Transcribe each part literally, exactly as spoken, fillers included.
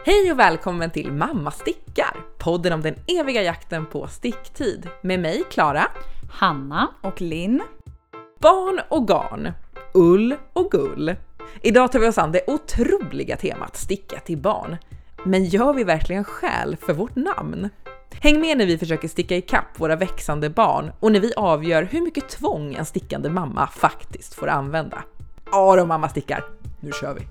Hej och välkommen till Mamma stickar, podden om den eviga jakten på sticktid. Med mig, Klara, Hanna och Linn. Barn och garn, ull och gull. Idag tar vi oss an det otroliga temat sticka till barn. Men gör vi verkligen skäl för vårt namn? Häng med när vi försöker sticka i kapp våra växande barn och när vi avgör hur mycket tvång en stickande mamma faktiskt får använda. Ja då, mamma stickar. Nu kör vi!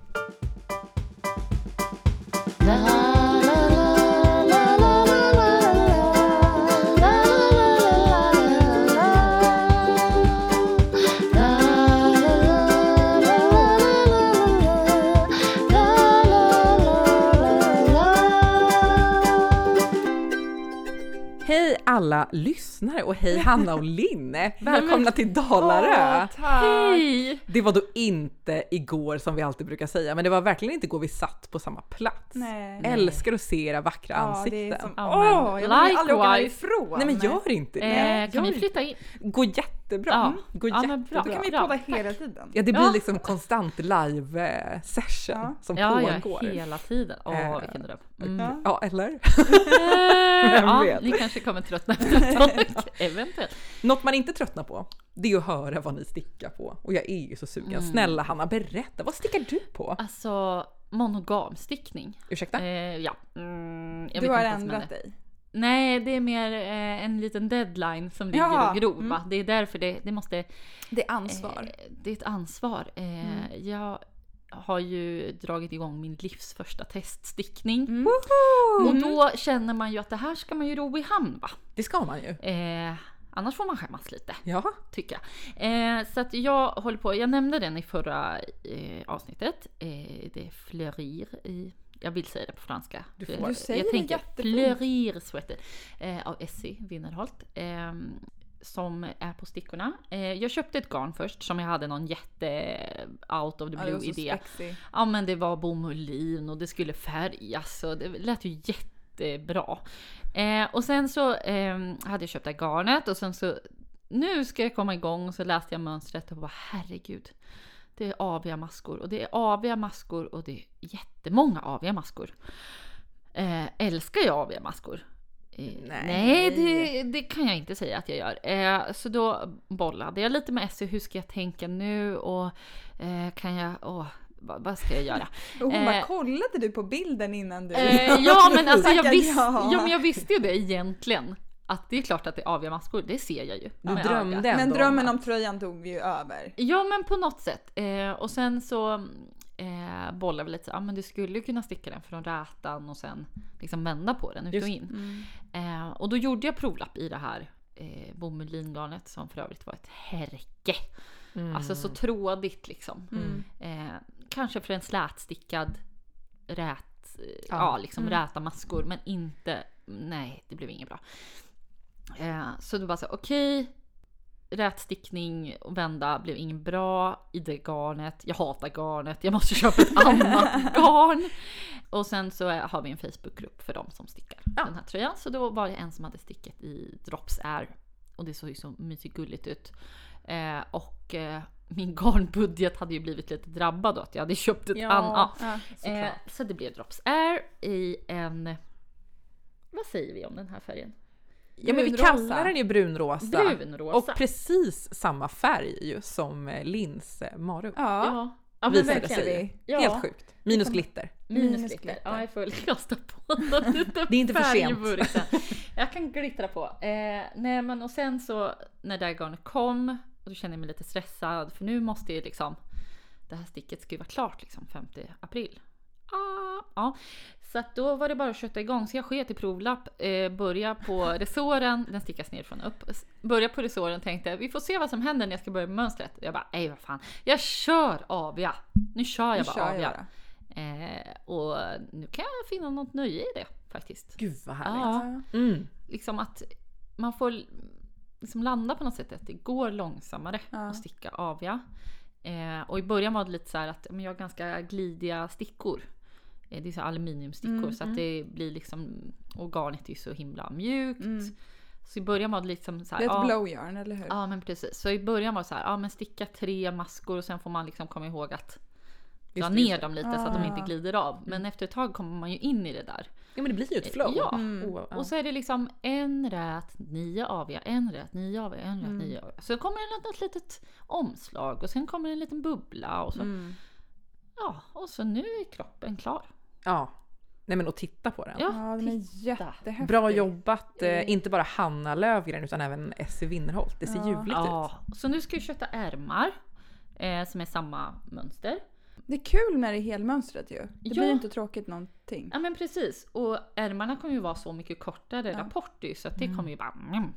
Hej alla lyssnare och hej Hanna och Linne. Välkomna till Dalarö. Åh, tack. Hej! Det var då inte igår som vi alltid brukar säga, men det var verkligen inte igår vi satt på samma plats. Nej. Älskar att se era vackra Ja, ansikten. det är som, Ja, men åh, jag vill aldrig åka likewise. härifrån. Nej men gör inte det. Eh, kan gör vi flytta in? inte. Gå jättebra. Ja. Mm. Gå Ja, men jättebra. bra. Då kan vi Bra, podda tack. hela tiden. Ja, det blir Ja. liksom konstant live session Ja. som Ja, ja, pågår. hela tiden. Åh, Eh, vilken dröm. Mm. Ja. Ja, eller? Eh, Vem ja, vet? ni kanske kommer tröttna efter ett tag. Eventuellt. Något man inte tröttnar på, det är att höra vad ni stickar på. Och jag är ju så sugen. Mm. Snälla Hanna, berätta. Vad stickar du på? Alltså, monogamstickning. Ursäkta? Eh, ja. Mm, jag Du vet har inte vad som ändrat händer. dig. Nej, det är mer eh, en liten deadline som ligger Jaha, och gror. mm. Va? Det är därför det, det måste... Det är ansvar. Eh, det är ett ansvar. Eh, Mm. Jag har ju dragit igång min livs första teststickning. Mm. Och då känner man ju att det här ska man ju ro i hamn, va? Det ska man ju. Eh, annars får man skämmas lite, Ja. tycker jag. Eh, så att jag håller på, jag nämnde den i förra eh, avsnittet. Eh, det är fleurir i, jag vill säga det på franska. Du får- jag Du säger jag det tänker jättefint. fleurir sweater eh, av Essie Winnerholt. Eh, som är på stickorna. Eh, jag köpte ett garn först som jag hade någon jätte out of the Ja, det blue var så idé. spexig. Ja, men det var bomullin och det skulle färgas och det lät ju jättebra. Eh, och sen så eh, hade jag köpt det här garnet och sen så nu ska jag komma igång och så läste jag mönstret och bara herregud. Det är aviga maskor och det är aviga maskor och det är jättemånga aviga maskor. Eh, älskar jag aviga maskor? Eh, Nej. nej, det, det kan jag inte säga att jag gör. Eh, så då bollade jag lite med Essie. Hur ska jag tänka nu? Och eh, kan jag... Åh, vad, vad ska jag göra? Och hon Eh, bara, kollade du på bilden innan du... Eh, ja, men alltså jag, Tackar vis- ja. ja, men jag visste ju det egentligen. Att det är klart att det är aviga maskor. Det ser jag ju. Du med drömde ögat. ändå Men drömmen att- om tröjan tog vi ju över. Ja, men på något sätt. Eh, och sen så eh, bollar vi lite så. Ja, men du skulle ju kunna sticka den från rätan och sen liksom vända på den ut Just- och in. Mm. Eh, och då gjorde jag provlapp i det här eh, bomullingarnet som för övrigt var ett härke. Mm. Alltså så trådigt liksom. Mm. Eh, kanske för en slätstickad rät, ja, Ja. liksom Mm. räta maskor, men inte, nej, det blev inget bra. Eh, så då bara så, okej, rätstickning och vända blev inget bra i det garnet. Jag hatar garnet, jag måste köpa ett annat garn. Och sen så är, har vi en Facebookgrupp för de som stickar Ja. den här tröjan. Så då var det en som hade stickat i Drops Air och det såg ju så mysigt gulligt ut. Eh, och eh, min garnbudget hade ju blivit lite drabbad då, att jag hade köpt ett Ja. annat. Ja, Eh, såklart. så det blev Drops Air i en, vad säger vi om den här färgen? Ja, men vi Brunrosa. kallar den ju brunrosa. Brunrosa. Och precis samma färg ju som eh, Linns eh, Maru. Ja, Ja, ja men Visade verkligen. sig. Ja. Helt sjukt. Minus glitter. Minus Minus glitter. glitter. Ja, jag får väl kasta på något lite Det är inte för färg i sent. burken. Jag kan glittra på. Eh, nej, men och sen så när det här garnet kom, och då kände jag mig lite stressad, för nu måste ju liksom det här sticket ska ju vara klart liksom femte april. Ah, ja. Så att då var det bara att kötta igång. Så jag sket i provlapp, eh, börja på resåren, den stickas nerifrån upp. Börja på resåren, tänkte vi får se vad som händer när jag ska börja med mönstret. Jag bara, nej vad fan, jag kör aviga. Nu kör jag nu bara kör jag aviga. bara. Eh, och nu kan jag finna något nöje i det faktiskt. Gud vad härligt. Ja, Ja. Mm. liksom att man får liksom landa på något sätt att det går långsammare Ja. att sticka aviga. Eh, och i början var det lite så här att men jag har ganska glidiga stickor. Eh, det är så här aluminiumstickor Mm, så att det blir liksom, och garnet är ju så himla mjukt. Mm. Så i början var det liksom så här, Det är ett ja, blow yarn, eller hur? ja men precis. Så i början var det så här, ja men sticka tre maskor och sen får man liksom komma ihåg att dra det, ner just det. dem lite så att de inte glider av. Men efter ett tag kommer man ju in i det där. Ja, men det blir ju ett flow. Ja, Mm. Oh, ja. och så är det liksom en rät, nio aviga, en rät, nio aviga, en rät, Mm. nio aviga. Så kommer det något, något litet omslag och sen kommer en liten bubbla och så. Mm. Ja, och så nu är kroppen klar. Ja. Nej, men att titta på den. Ja, Ja, den är titta. jättehäftig. Bra jobbat, eh, Mm. inte bara Hanna Lövgren utan även Essie Winnerholt. Det ser Ja. ljuvligt Ja, ut. så nu ska jag köta ärmar eh, som är samma mönster. Det är kul när det är helmönstrat ju. Det Ja. blir ju inte tråkigt någonting. Ja men precis, och ärmarna kommer ju vara så mycket kortare Ja. rapporter så att det kommer ju bara mm.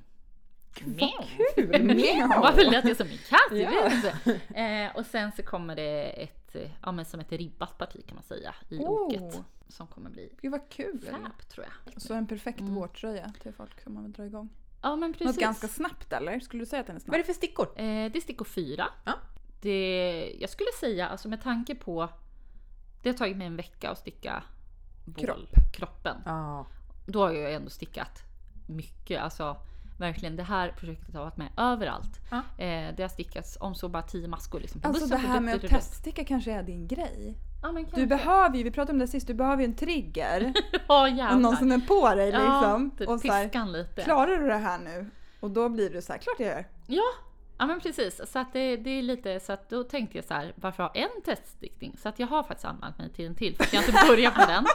Vad kul! Meow. Varför lät jag som en katt? Jag Ja. vet inte. Eh, och sen så kommer det ett, eh, ja, men som ett ribbat parti kan man säga i Oh. oket. Som kommer bli Gud vad kul! fab tror jag. Så en perfekt Mm. vårtröja till folk som man vill dra igång. Ja men precis. Något ganska snabbt eller? Skulle du säga att den är Vad är snabb? det för stickor? Eh, det är stickor fyra. Ja. Det, jag skulle säga, alltså med tanke på, det har tagit mig en vecka att sticka bål, Kropp. kroppen. Ja. Då har jag ändå stickat mycket, alltså verkligen det här projektet har varit med överallt. Ja. Eh, det har stickats om så bara tio maskor liksom på Alltså bussen. det på här med att Dutterud. teststicka kanske är din grej. Ja, men Du kanske. behöver ju, vi pratade om det sist, du behöver ju en trigger. Ja Och jävlar. någon som är på dig liksom. Ja, och så här, piskan lite. klarar du det här nu? Och då blir du så här, klart jag gör. Ja, ja men precis. Så att det, det är lite, så att då tänkte jag så här, varför ha en teststickning? Så att jag har faktiskt anmält mig till en till, för att jag inte börjat med den.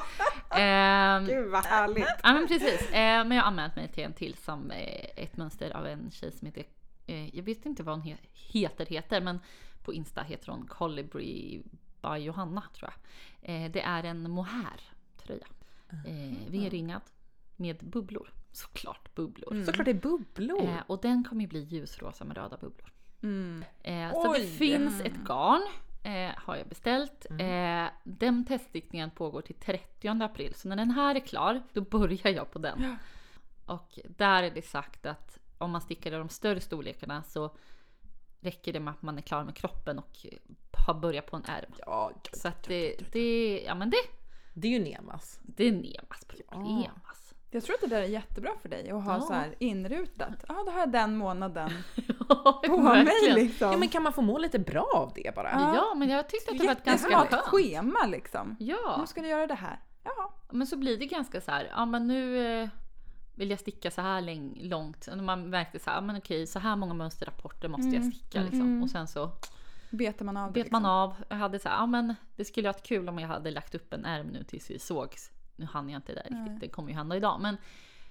Ehm, Gud vad härligt. Ja men precis, eh, men jag har anmält mig till en till som eh, ett mönster av en tjej som heter, eh, jag vet inte vad hon he- heter heter, men på Insta heter hon Colibri by Johanna tror jag. Eh, det är en mohair tröja. Eh, V-ringad med bubblor. Såklart bubblor. Mm. Såklart det är bubblor. Eh, och den kommer ju bli ljusrosa med röda bubblor. Mm. Eh, så det Oj. finns ett garn. Eh, har jag beställt. Eh, den teststickningen pågår till trettionde april. Så när den här är klar, då börjar jag på den. Ja. Och där är det sagt att om man stickar i de större storlekarna så räcker det med att man är klar med kroppen och har börjat på en ärm. Ja, Så att det, det, ja men det, det är ju Nemas. det är Nemas problem. Alltså. Jag tror att det där är jättebra för dig att ha Ja. så här inrutat. Ja, då har jag den månaden Ja, på mig verkligen. liksom. Ja, men kan man få må lite bra av det bara? Ja. Ja, men jag tyckte att det var ett Det är ganska som att ha ett skönt. schema liksom. Ja. Nu ska du göra det här. Jaha. Men så blir det ganska så här, ja men nu eh, vill jag sticka så här läng- långt. Och man märkte så här, ja, men okej, så här många mönsterrapporter måste jag Mm. sticka liksom. Mm. Och sen så Betar man av det bet liksom. man av. Jag hade så här, ja men det skulle varit kul om jag hade lagt upp en ärm nu tills vi sågs. Nu hann jag inte det där Nej. riktigt, det kommer ju hända idag. Men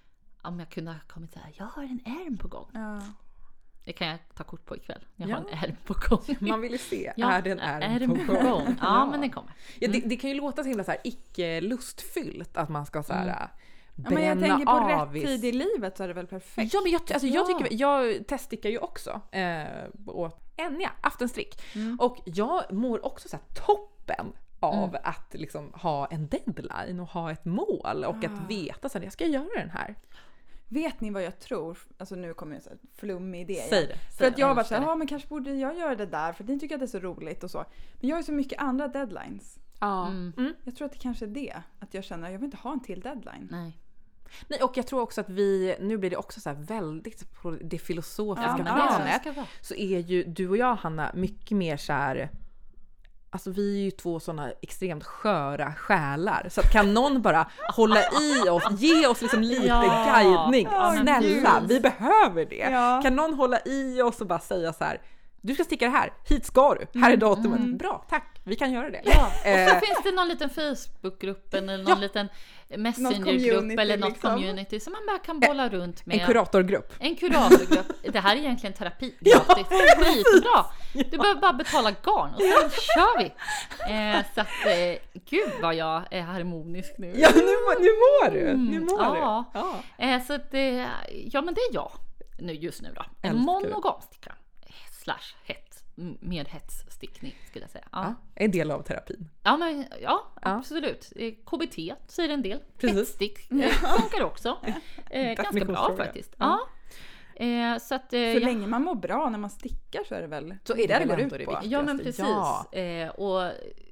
om jag kunde ha kommit så här, jag har en ärm på gång. Ja. Det kan jag ta kort på ikväll. Jag Ja. har en ärm på gång. Man vill ju se, Ja, är det en ärm ärm på gång? Ja, Ja. men den kommer. Ja, det, det kan ju låta så himla så här icke-lustfyllt att man ska så här, Mm. Ja, men jag bränna tänker på av rätt i- tid i livet så är det väl perfekt. Ja, men jag, alltså, jag, Ja. tycker, jag teststickar ju också eh, åt Enya, Aftenstrick. Mm. Och jag mår också så här toppen av Mm. att liksom ha en deadline och ha ett mål och Ah. att veta att jag ska göra den här. Vet ni vad jag tror? Alltså nu kommer jag så här flummig idé igen. Säg det. För att jag har varit älskar såhär, det. ja men kanske borde jag göra det där för ni tycker att det är så roligt och så. Men jag har ju så mycket andra deadlines. Ja. Mm. Mm. Jag tror att det kanske är det. Att jag känner att jag vill inte ha en till deadline. Nej. Nej, och jag tror också att vi, nu blir det också så här väldigt på det filosofiska Ja, Men det är så det planet. ska vara. Så är ju du och jag, Hanna, mycket mer så här. Alltså vi är ju två sådana extremt sköra själar. Så att kan någon bara hålla i oss, ge oss liksom lite Ja. guidning. Ja, Snälla, gud. vi behöver det. Ja. Kan någon hålla i oss och bara säga så här: du ska sticka det här, hit ska du, här är datumet. Mm. Bra, tack, vi kan göra det. Ja, och så Eh, finns det någon liten Facebookgrupp eller någon Ja. liten Messengergrupp community, eller något liksom. community som man bara kan bolla runt med. en kuratorgrupp. En kuratorgrupp. Det här är egentligen terapi. Gratis. Skitbra. Du behöver bara betala garn och sen kör vi. Eh, så att, eh, gud vad jag är harmonisk nu. Ja, nu, må- nu mår du. Nu Mm, mår ja. du. Ja. Eh, så att, eh, ja men det är jag nu just nu då. En Älskar monogamsticka. Slash hets. Med hetsstickning skulle jag säga. Ja. Ja, en del av terapin. Ja, men, ja, Ja. absolut. Eh, K B T säger en del. Precis. Hetsstick eh, funkar också. Eh, ganska bra Definitionsfråga. faktiskt. Ja. Ja. Eh, så att, eh, Så ja. länge man mår bra när man stickar så är det väl Så är det det väl går ändå ut det på. viktigaste. Ja men precis. Ja. Eh, och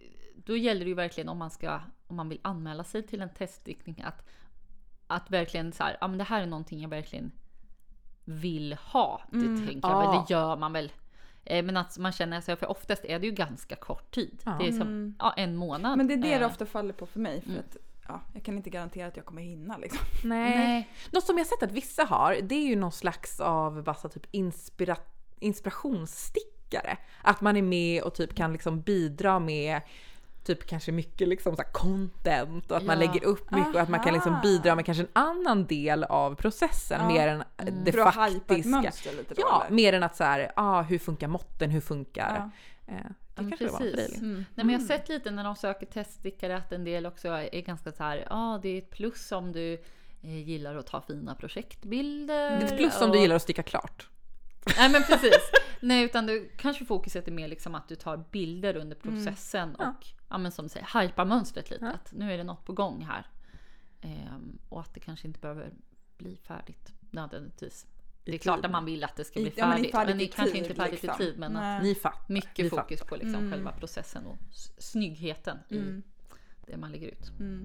då gäller det ju verkligen om man ska, om man vill anmäla sig till en teststickning att, att verkligen så här, ja men det här är någonting jag verkligen vill ha. Det Mm. tänker jag väl, Ja. det gör man väl Eh, men att man känner sig, för oftast är det ju ganska kort tid. Ja. Det är som Mm. ja, en månad. Men det är det det Eh, ofta faller på för mig. För Mm. att ja, jag kan inte garantera att jag kommer hinna liksom. Nej. Nej. Något som jag sett att vissa har, det är ju någon slags av bara så typ inspira- inspirationsstickare. Att man är med och typ kan liksom bidra med typ kanske mycket liksom så här content och att man Ja. lägger upp mycket och att man kan liksom Aha. bidra med kanske en annan del av processen Ja. mer än Mm. det För att hypa ett faktiska. mönster lite då, Ja, eller? mer än att så här, ah, hur funkar måtten, hur funkar Ja. eh, det Ja, men kanske det var för dig. precis. Mm. Nej, men jag har sett lite när de söker teststickare att en del också är ganska så här, ja ah, det är ett plus om du eh, gillar att ta fina projektbilder. Det är ett plus om och... du gillar att sticka klart. Nej men precis. Nej, utan du kanske fokuset är mer liksom att du tar bilder under processen Mm. Ja. och ja, men som du säger, hypa mönstret lite. Ja. Att nu är det något på gång här. Ehm, och att det kanske inte behöver bli färdigt nödvändigtvis. Det är I klart tid. att man vill att det ska bli Ja, men färdigt. färdigt Men det i är kanske tid, inte färdigt liksom. i tid. Men att Nej. Ni fattar. mycket Vi fokus fattar. på liksom Mm. själva processen och s- snyggheten Mm. i det man lägger ut. Mm.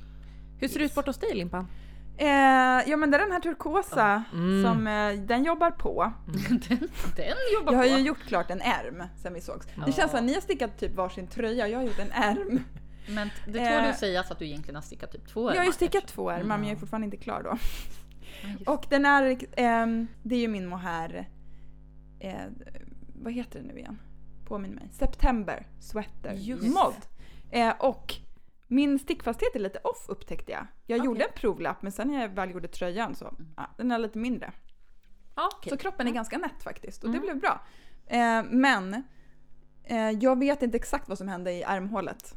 Hur ser det ut bort hos dig, Limpan? Eh, ja men det är den här turkosa Mm. som eh, den jobbar på. den, den jobbar Jag har på. ju gjort klart en ärm sen vi sågs. Ja. Det känns som att ni har stickat typ varsin tröja, jag har gjort en ärm. Men det tål Eh, ju sägas att du egentligen har stickat typ två Jag har ju ärmar, stickat kanske. två ärmar men jag är fortfarande inte klar då. Ja, just Och den är, ehm, det är ju min mohair, eh, vad heter det nu igen? Påminn mig. September Sweater Just. mod. Eh, och min stickfasthet är lite off upptäckte jag. Jag Okej. gjorde en provlapp men sen när jag väl gjorde tröjan så ja, den är lite mindre. Okay. Så kroppen är ganska nätt faktiskt och det Mm. blev bra. Eh, men eh, jag vet inte exakt vad som hände i ärmhålet.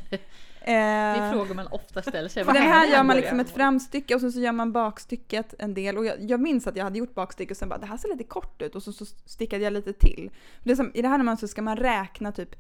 Det är Eh, frågor man ofta ställer sig. för Vad den här händer gör man i liksom ett ärmhålet? framstycke och så, så gör man bakstycket en del. Och jag, jag minns att jag hade gjort bakstycket och sen bara det här ser lite kort ut och så, så stickade jag lite till. Det är som, i det här när man så ska man räkna typ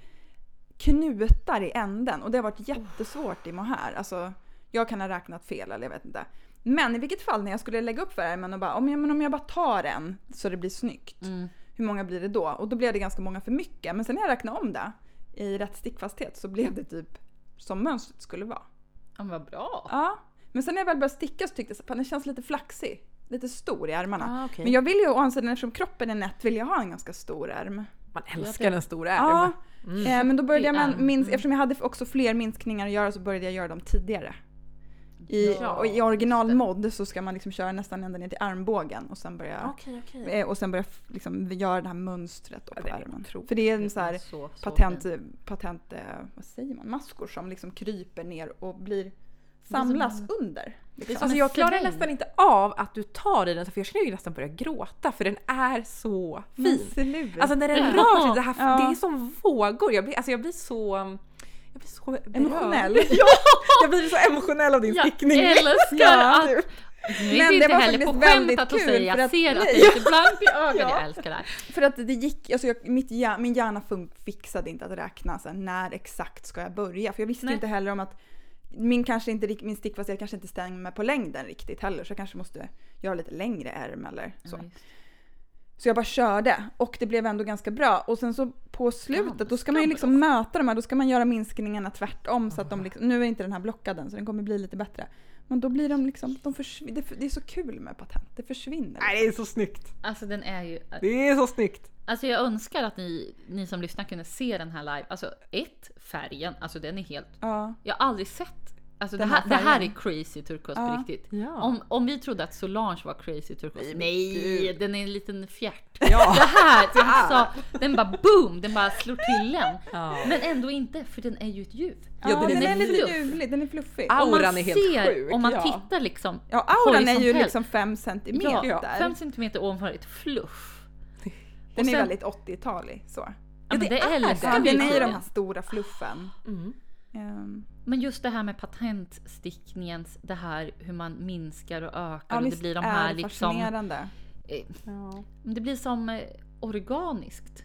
knutar i änden och det har varit jättesvårt i mohair. Alltså jag kan ha räknat fel eller jag vet inte. Men i vilket fall när jag skulle lägga upp för ärmen och bara om jag, men om jag bara tar en så det blir snyggt. Mm. Hur många blir det då? Och då blev det ganska många för mycket. Men sen när jag räknade om det i rätt stickfasthet så blev det typ som mönstret skulle vara. Ja, men vad bra. Ja, men sen när jag väl började sticka så tyckte jag att den känns lite flaxig. Lite stor i ärmarna. Ah, okay. Men jag vill ju, å andra sidan, eftersom kroppen är nätt, vill jag ha en ganska stor ärm. Man älskar en stor ärm. Ja, Mm. eh, men då började jag med ärm. en minsk, Mm. eftersom jag hade också fler minskningar att göra så började jag göra dem tidigare. I, Ja, och i original just det. mod så ska man liksom köra nästan ända ner till armbågen och sen börja, Okej, okej. eh, och sen börja f- liksom göra det här mönstret då Ja, på det är ärmen. otroligt. För det är en så här Så, så patent, fint. patent eh, vad säger man, maskor som liksom kryper ner och blir samlas som- under. Liksom. som Alltså en jag klarar säng. nästan inte av att du tar i den för jag känner ju nästan börja gråta för den är så fin. Sluta. Alltså när den Ja. rör sig, det, här, Ja. det är som vågor. Jag blir, alltså jag blir så... Jag blir så berörd. Emotionell. Ja, jag blir så emotionell av din Jag stickning. älskar Ja, att... typ. Nu är Men det det inte var heller faktiskt på skämt väldigt att du kul, säger för jag att- ser att det nej. är lite blankt i ögonen. Ja. Jag älskar det här. För att det gick, alltså jag, mitt hjärna, min hjärna fun- fixade inte att räkna så här, när exakt ska jag börja. För jag visste Nej. inte heller om att min, kanske inte, min stickfasthet kanske inte stämmer på längden riktigt heller. Så jag kanske måste göra lite längre ärm eller så. Ja, just. Så jag bara körde och det blev ändå ganska bra. Och sen så på slutet, då ska man ju Ganska liksom möta de här, då ska man göra minskningarna tvärtom så att de liksom, nu är inte den här blockad än så den kommer bli lite bättre. Men då blir de liksom, de försvinner, det, det är så kul med patent, det försvinner. Nej, det är så snyggt. Alltså den är ju... Det är så snyggt. Alltså jag önskar att ni, ni som lyssnar kunde se den här live. Alltså ett, färgen, alltså den är helt... Ja. Jag har aldrig sett... Alltså det Den här, här det här är färgen. crazy turkos Ja. på riktigt. Ja. Om, om vi trodde att Solange var crazy turkos. Nej, men Nej, gud. den är en liten fjärt. Ja. Det här, alltså, den bara boom, den bara slår till en. Ja. Men ändå inte, för den är ju ett djur. Ja, Ja, den, den är, är lite fluff. ljuvlig, den är fluffig. Ah. Om man Auran är helt ser, sjuk, om man ja. tittar liksom Ja, auran är ju horisontellt. liksom fem centimeter. Ja, fem centimeter ovanför ett fluff. Den och är sen- väldigt åttiotalig så. Ja, men det det är älskar Ja, vi den är ju ju. de här stora fluffen. Mm. Um, Men just det här med patentstickningens, det här hur man minskar och ökar ja, och det visst blir de är här det liksom... fascinerande. eh, Ja. Det blir som eh, organiskt.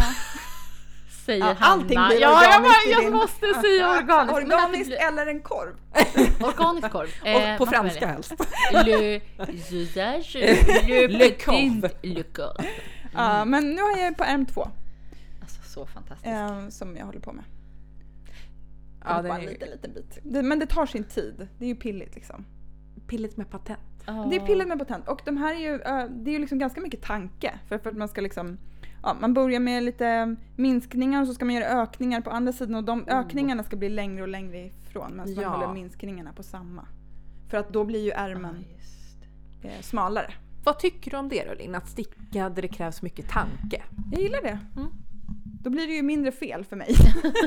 Säger Ja, Hanna. allting blir ja, jag, organiskt i bara, jag din- måste säga organiskt. Men att det Organiskt blir- eller en korv. Organisk korv. Och Eh, på vad var franska det? helst. Le usage, le Le petit, corv. le corv. Ja, men nu har jag på ärm två Alltså så fantastiskt. eh, som jag håller på med. Ja, Ja, den bara är en ju liten, liten bit. Det, men det tar sin tid. Det är ju pilligt liksom. pilligt med patent. Ja. Det är pilligt med patent. Och de här är ju, eh, det är ju liksom ganska mycket tanke. För, för att man ska liksom ja, man börjar med lite minskningar och så ska man göra ökningar på andra sidan och de ökningarna ska bli längre och längre ifrån medan Ja. man håller minskningarna på samma. För att då blir ju ärmen eh, smalare. Vad tycker du om det då, Linn? Att sticka där det krävs mycket tanke? Jag gillar det. Mm. Då blir det ju mindre fel för mig.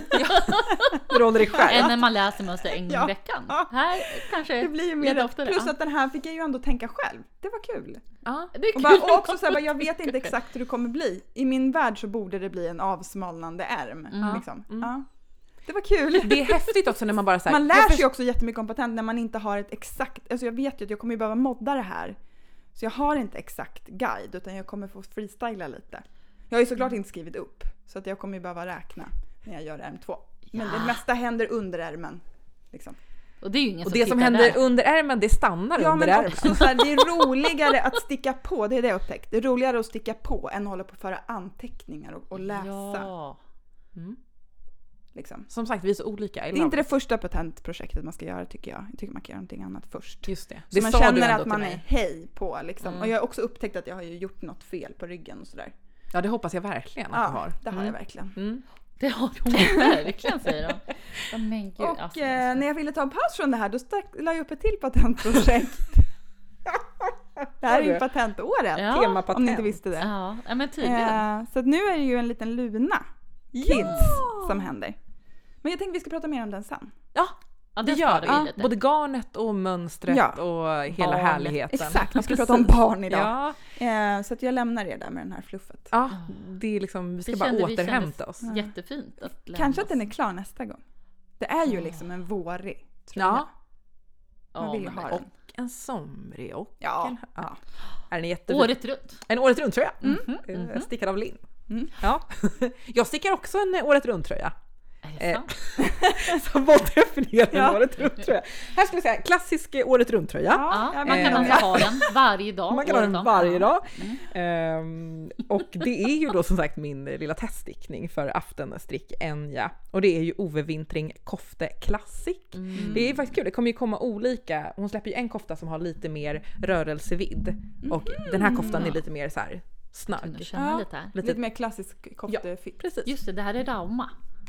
Du håller dig själv. Än när man läser mönster en gång Ja. i veckan. Ja. Här kanske Det blir ju lite mer oftare. plus Ja. att den här fick jag ju ändå tänka själv. Det var kul. Ja. Det är Och, kul. bara, och också så här, bara, jag vet inte exakt hur det kommer bli. I min värld så borde det bli en avsmalnande ärm. Mm. Liksom. Mm. Ja. Det var kul. Det är häftigt också när man bara så här, Man jag lär först- sig också jättemycket kompetent när man inte har ett exakt, alltså jag vet ju att jag kommer ju behöva modda det här. Så jag har inte exakt guide utan jag kommer få freestyla lite. Jag har ju såklart inte skrivit upp så att jag kommer ju behöva räkna när jag gör ärm två. Men Ja. det mesta händer under ärmen. Liksom. Och det är ju ingen Och som det som tittar händer där. under ärmen, det stannar Ja under men ärmen. också så här, det är roligare att sticka på, det är det jag upptäckt. Det är roligare att sticka på än att hålla på att föra anteckningar och, och läsa. Ja. Mm. Liksom. Som sagt, vi är så olika. Det är inte det första patentprojektet man ska göra tycker jag. Jag tycker man kan göra någonting annat först. Just det. Så Det man sa du känner ändå att till man är mig. hej på liksom. Mm. Och jag har också upptäckt att jag har ju gjort något fel på ryggen och sådär. Ja, det hoppas jag verkligen att du Ja, har. det har Mm. jag verkligen. Mm. Det har hon verkligen, säger de. Ja, men gud. Och alltså, eh, när jag ville ta en paus från det här då stack, la jag upp ett till patentprojekt. Det här är ju patentåret. Ja, Temapatent. Om ni inte visste det. Ja, ja, men tydligen. Eh, så att nu är det ju en liten Luna Ja! Kids som händer. Men jag tänkte vi ska prata mer om den sen. Ja, Ja, det det gör sparar vi. vi Ja, lite. både garnet och mönstret Ja. och hela Barnet. härligheten. Exakt, vi ska Ja, prata om precis. barn idag. Ja, Eh, så att jag lämnar er där med den här fluffet. ja, det är liksom, vi ska Det bara kände vi återhämta oss. kändes jättefint att lämna Kanske att oss. den är klar nästa gång. Det är ju Ja. liksom en vårig tröja. Ja, Man Ja, vill ju men ha verkligen. den. en somrig och Ja. en... Ja. Ja. Är den jättefin? Året runt. En året runt tröja. Mm. Eh, Mhm. Stickad av Linn. Mm. Ja. Jag stickar också en eh, året runt tröja. Är det Eh, sant? Som vad definierar en Ja. året runt tröja? Här ska vi säga klassisk eh, året runt tröja. Ja, jag man vet kan om alltså jag- ha den varje dag. Man kan ha den året om. varje dag. Mm. Ehm, och det är ju då som sagt min lilla teststickning för Aftenstrick Enja. Och det är ju Ove Wintring Kofte Classic. Mm. Det är faktiskt kul, det kommer ju komma olika. Hon släpper ju en kofta som har lite mer rörelsevidd. Och den här koftan är lite mer så här Kunde snagg. känna Ja. lite här. Lite, Lite, mer klassisk koftefit. precis. Just det, det här är Rauma.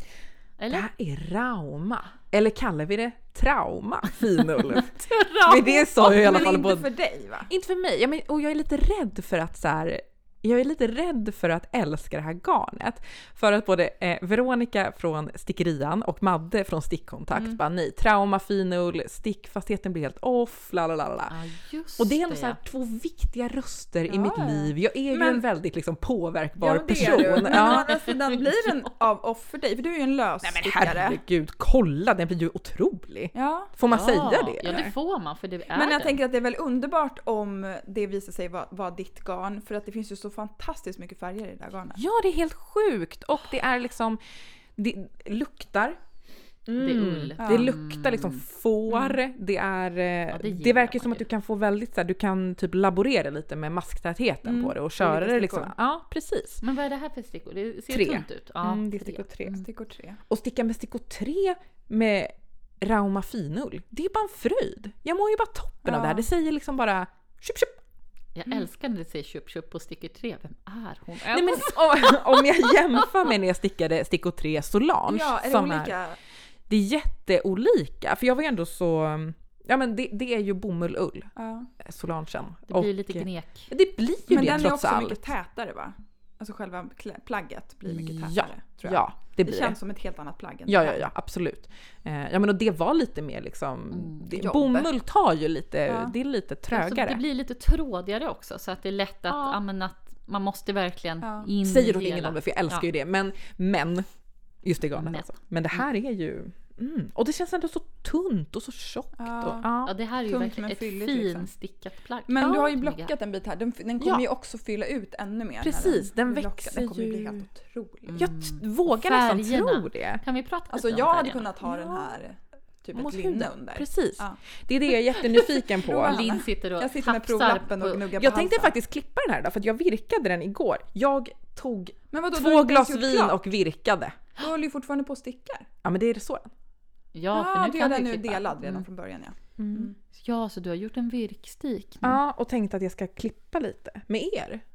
Det Eller? här är rauma. Eller kallar vi det trauma, finull? Men det sa jag i alla Men fall inte både... för dig va? Inte för mig. Ja, men, och jag är lite rädd för att så här, jag är lite rädd för att älska det här garnet. För att både eh, Veronica från Stickerian och Madde från Stickkontakt Mm. bara nej, trauma, finull, stickfastheten blir helt off, la la la la. Ja, just Och det är ändå det, så här, ja. två viktiga röster i Ja, mitt ja. liv. Jag är ju Men- en väldigt liksom påverkbar Ja, det person. är du. Men å Ja. andra sidan blir den av off för dig, för du är ju en lös Nej men stickare. herregud, kolla, den blir ju otrolig. Ja. Får man ja, säga det? Ja, eller? det får man, för det är Men jag det. tänker att det är väl underbart om det visar sig vara, vara ditt garn, för att det finns ju så fantastiskt mycket färger i det där garnet. Ja, det är helt sjukt. Och det är liksom, det luktar. Mm. Det är ull. Det luktar liksom får. Det är, eh, det det, gillar verkar man som att ju. du kan få väldigt så här, du kan typ laborera lite med masktätheten Mm. på det och köra Olika det liksom. stickor. Ja, precis. Men vad är det här för stickor? Det ser Tre. tunt ut. Ja, Mm, det är tre. stickor tre. Mm. Stickor tre. Och sticka med stickor tre med Rauma finull. Det är bara en fröjd. Jag mår ju bara toppen Ja. av det här. Det säger liksom bara tjup, tjup. Jag älskar när det säger köp köp på stickor tre. Vem är hon? Nej, men, om om jag jämför med när jag stickade stickor tre Solange. Ja, är det som olika? Det är jätteolika, för jag var ju ändå så... Ja men det, det är ju bomull-ull, Ja. Solangen. Det blir Och, lite gnek. Det blir ju Men det den är trots också allt. mycket tätare va? Alltså själva klä- plagget blir mycket tätare. Ja, tror jag. ja, det det blir känns det. som ett helt annat plagg än Ja, det ja, här. ja, absolut. Eh, ja men och det var lite mer liksom... Mm, det, jobb. bomull tar ju lite, Ja. det är lite Alltså, trögare. det blir lite trådigare också, så att det är lätt att, Ja. ja. men att man måste verkligen Ja. in Säger dock hela- ingen om det, för jag älskar Ja. ju det. Men, men just det garnet Men. alltså. Men det här är ju... Mm. Och det känns ändå så tunt och så tjockt. Ja. Och, ja. Ja, det här är ju Tunt verkligen men ett fylligt, liksom. finstickat plagg. Men Ja, du har ju som ligger blockat en bit här. Den, den kommer Ja. ju också fylla ut ännu mer. när Precis, den blir blockad. växer Den kommer ju bli ju- helt otrolig. Mm. Jag t- vågar nästan Färgerna. tro det. Kan vi prata Alltså lite om jag hade färgerna? kunnat ha den Ja. här typ Mot ett linne huden. under. Precis. Ja. Det är det jag är jättenyfiken på. Prova. Linn sitter och Jag sitter med hafsar provlappen och på- gnuggar på Jag tänkte halsen. faktiskt klippa den här då, för att jag virkade den igår. Jag tog Men vadå, du har två inte ens glas gjort vin klart. och virkade. Du håller ju fortfarande på och stickar. Ja men det är så. Ja, för Ja, nu du kan har du den nu klippa. delad redan Mm. från början ja. Mm. Ja, så du har gjort en virkstik nu. Ja, och tänkte att jag ska klippa lite med er.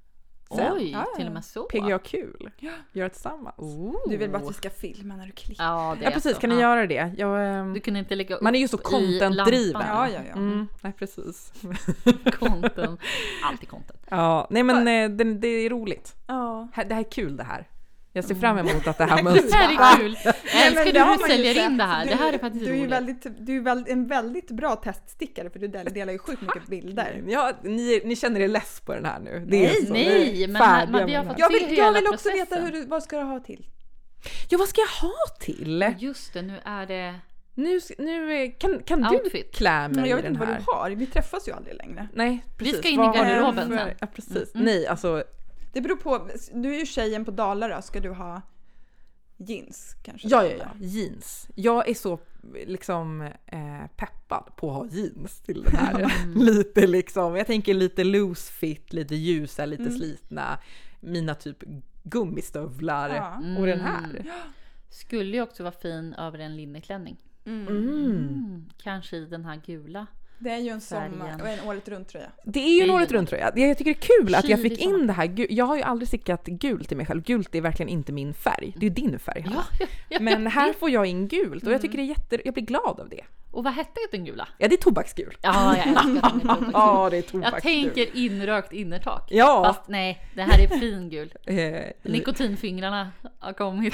Sen. Oj, Ja, ja. till och med så. P G A-kul. Göra tillsammans. Oh. Du vill bara att vi ska filma när du klipper. Ja, det Ja, är precis. så. Kan ni Ja. göra det? Jag, ehm, Du kunde inte lägga upp man är ju så i content-driven. lampan. Ja, ja, ja. Mm, nej, precis. Content. Alltid content. Ja, nej men eh, det, det är roligt. Ja. Här- Det här är kul det här. Jag ser fram Mm. emot att det här Det mönstret... här är kul. Jag Nej, men älskar det har hur du man ju säljer sett. in det här. Du, Det här är faktiskt du är ju roligt. väldigt, du är väl, en väldigt bra teststickare för du del- delar ju sjukt mycket bilder. Ja, ni, ni känner er less på den här nu. Det är Nej, så. nej, Ni är men färdiga man- vi har med fått- den här. Jag Se vill, jag hela vill också processen. veta hur du, vad ska du ha till? Ja, vad ska jag ha till? Just det, nu är det... Nu, nu eh, kan, kan du Outfit. klä mig Men i jag vet den inte vad här? du har, vi träffas ju aldrig längre. Nej, precis. ska in i Vad har du garderoben för- sen. Ja, precis. Mm. Nej, alltså Det beror på, du är ju tjejen på Dalarö, ska du ha jeans kanske? ja, ja, ja, jeans. Jag är så liksom eh, peppad på att ha jeans till den här. Lite liksom, jag tänker lite loose fit, lite ljusa, lite Mm. slitna. Mina typ gummistövlar Ja. och den här. Skulle ju också vara fin över en linneklänning. Mm. Mm. Mm. Kanske i den här gula. Det är ju en sommar Färgen. och en året runt tröja. Det är ju en Det är året ju- runt tröja. Jag tycker det är kul att jag Kylig fick sommar. in det här. gu- Jag har ju aldrig stickat gult till mig själv. Gult är verkligen inte min färg. Det är ju din färg. Hanna. Ja, ja, ja. Men här får jag in gult och jag tycker det är jätte... Jag blir glad av det. Och vad hette den gula? Ja, det är tobaksgul. Ja, jag älskar den. är Ja, det är Jag tobaksgul. tänker inrökt innertak. Ja. Fast nej, det här är fin gul. Eh, i- Nikotinfingrarna har kommit.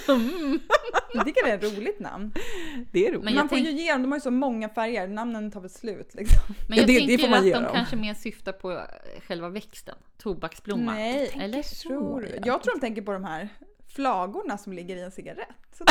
Jag tycker det är ett roligt namn. det är roligt. Men Man jag får tänk- ju ge dem, de har ju så många färger, namnen tar väl slut liksom. Men Ja, jag det- det tänker får man att ge de dem. kanske mer syftar på själva växten. Tobaksblomma. Nej, Eller tror du? ja. Jag tror de tänker på de här flagorna som ligger i en cigarett. Så de,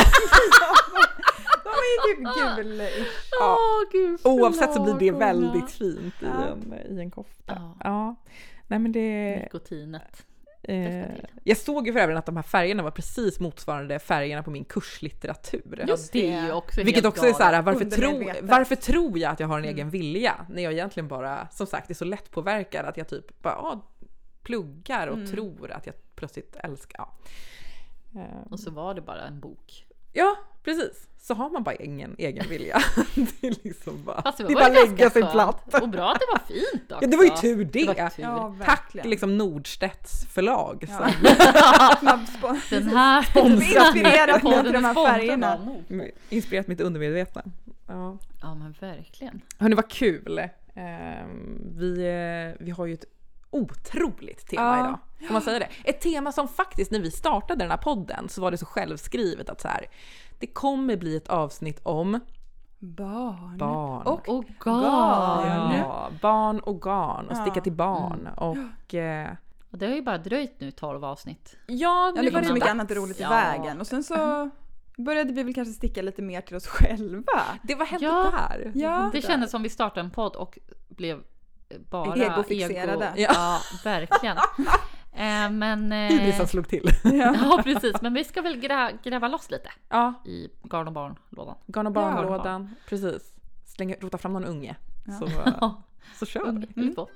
de är ju typ gul. Ja. Åh, gud, Oavsett så blir det flagorna. väldigt fint i, Ja. en, i en kofta. Ja. Ja. Nej men det... Nikotinet. Eh, jag såg ju för övrigt att de här färgerna var precis motsvarande färgerna på min kurslitteratur. Just det det. är ju också Vilket helt också är så här, galet. varför, tro, Undermedvetet. varför tror jag att jag har en Mm. egen vilja? När jag egentligen bara, som sagt, är så lätt påverkad att jag typ bara ah, pluggar och Mm. tror att jag plötsligt älskar. Ja. Eh, Och så var det bara en bok. ja, precis. Så har man bara ingen egen vilja. Det är liksom bara, Fast det det är var bara väl lägga ganska sig skönt. platt. Och bra att det var fint också. Ja, det var ju tur det. Det var tur. Ja, Tack verkligen. liksom Nordstedts förlag. Ja. Som Snabb spå- Den här Inspirerat mig podden till de här är sponsrad färgerna. av Nord. inspirerat mitt undermedvetna. Ja. Ja men verkligen. Hörrni, vad kul. Ehm, vi, eh, vi har ju ett otroligt tema Ja. idag. Får man säga det? Ett tema som faktiskt, när vi startade den här podden så var det så självskrivet att så här, det kommer bli ett avsnitt om Barn. barn. Och Och garn. ja, barn och garn och sticka Ja. till barn. Och eh, Och det har ju bara dröjt nu tolv avsnitt. ja, Ja, nu det var kom det så mycket dags. annat roligt i Ja. vägen. Och sen så började vi väl kanske sticka lite mer till oss själva. Det var hände Ja. där. Ja. Det kändes som vi startade en podd och blev bara Egofixerade. Ego. Ja, verkligen. Eh, men... eh, Hybrisen slog till. Ja, precis. Men vi ska väl grä, gräva loss lite Ja, i garn och barnlådan. garn och Ja. barnlådan. Precis. Slänga, rota fram någon unge. Ja. Så, så kör Ung, vi. eller två.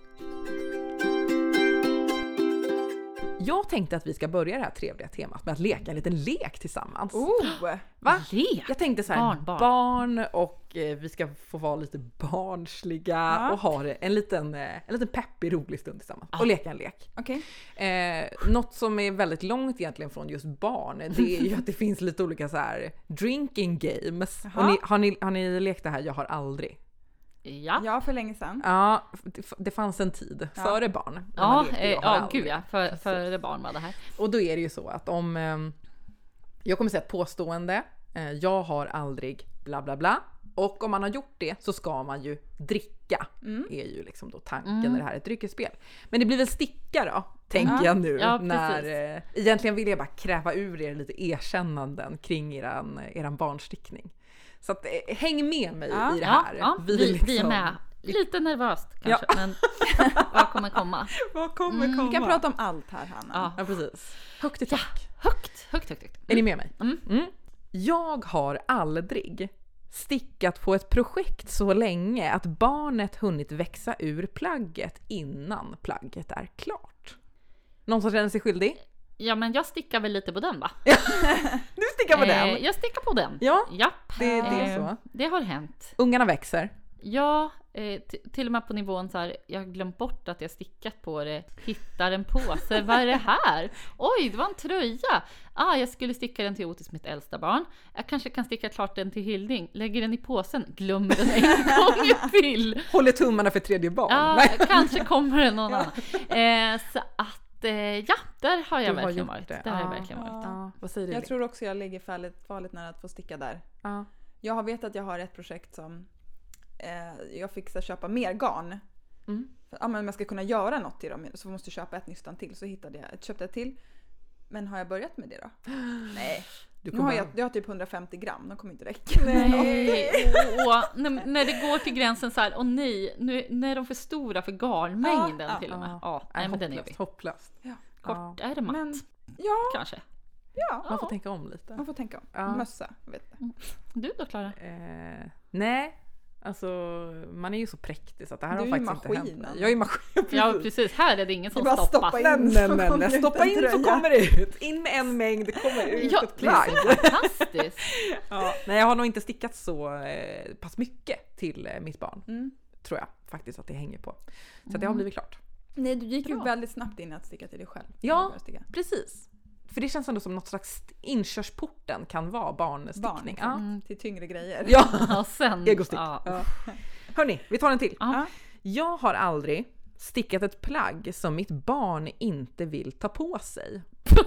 Jag tänkte att vi ska börja det här trevliga temat med att leka en liten lek tillsammans. Oh! Va? Lek! Jag tänkte så här, Barn, barn, barn. och eh, vi ska få vara lite barnsliga Ja. och ha det- en liten, eh, en liten peppig, rolig stund tillsammans Ja. och leka en lek. Okej. Eh, något som är väldigt långt egentligen från just barn, det är ju att det finns lite olika så här drinking games. Jaha. Och ni, har, ni, har ni lekt det här? Jag har aldrig. Ja. Ja, för länge sedan. Ja, det, det fanns en tid Ja. före barn. när Ja, man lekte eh, Jag har ja aldrig. gud ja. För, för barn var det här. Och då är det ju så att om ehm, jag kommer säga ett påstående, eh, jag har aldrig bla bla bla, och om man har gjort det så ska man ju dricka, Mm. är ju liksom då tanken Mm. när det här är ett dryckesspel. Men det blir väl sticka då, tänker Ja. jag nu, Ja, när precis. eh, egentligen vill jag bara kräva ur er lite erkännanden kring eran, eran barnstickning. Så att, eh, häng med mig Ja. i det Ja, här. ja, vi, vi är liksom- med. Lite nervöst kanske, men vad kommer komma? Vad kommer Mm, komma? Vi kan prata om allt här, Hanna. Ja. Ja, precis. Högt i tak. Högt, högt, högt. högt. Är ni med mig? Mm. Mm. Jag har aldrig stickat på ett projekt så länge att barnet hunnit växa ur plagget innan plagget är klart. Någon som känner sig skyldig? Ja, men jag stickar väl lite på den va? Du stickar på Eh, den! Jag stickar på den. Ja, Japp. det, det är Eh, så. Det har hänt. Ungarna växer. Ja, Eh, t- till och med på nivån så här, jag har glömt bort att jag stickat på det. Hittar en påse, vad är det här? Oj, det var en tröja. Ah, jag skulle sticka den till Otis, mitt äldsta barn. Jag kanske kan sticka klart den till Hilding. Lägger den i påsen, glömmer den en gång till. Håller tummarna för tredje barn. Ja, kanske kommer det någon annan. Eh, så att, eh, ja, där har jag Du har verkligen gjort varit. det. Där har jag Ja. verkligen varit. Ja, vad säger du? Jag tror också jag ligger farligt, farligt nära att få sticka där. Ja. Jag har vet att jag har ett projekt som eh, jag fixar köpa mer garn. Mm. För, ja, men om jag ska kunna göra något till dem så måste jag köpa ett nystan till. Så hittade jag, köpte jag till. Men har jag börjat med det då? Nej. Du Nu kommer... har jag, jag har typ hundrafemtio gram, de kommer inte räcka. Nej, åh, när, när det går till gränsen så här, och nej, nu, när de är för stora för garnmängden Ja, till och med. ja. Ja, nej, men den är vi. Hopplöst, hopplöst. Kort är det matt, Men ja, kanske. ja, Man får tänka om lite. man får tänka om. Ja. Mössa, jag vet inte. Du då, Klara? Eh, nej, alltså man är ju så präktig så att det här Du har är ju faktiskt inte hänt maskinen. mig. Jag är maskin, Ja, precis. Här är det ingen Det är som bara att stoppar. stoppa in. Nej, nej, Så kommer nej. det Stoppa ut en in så tröja. kommer det ut. In med en mängd, det kommer ut Ja, ett det är plagg. så fantastiskt. Ja. Nej, jag har nog inte stickat så eh, pass mycket till eh, mitt barn. Mm. Tror jag faktiskt att det hänger på. Så att det har blivit klart. Nej, du gick ju Bra. väldigt snabbt in att sticka till dig själv. Ja. När du började sticka. Precis. För det känns ändå som något slags inkörsporten kan vara barnstickning. Barn, Ja. mm, till tyngre grejer. Ja, Ja, sen. egostick. Ja. Ja. Hörni, vi tar en till. Ja. Jag har aldrig stickat ett plagg som mitt barn inte vill ta på sig.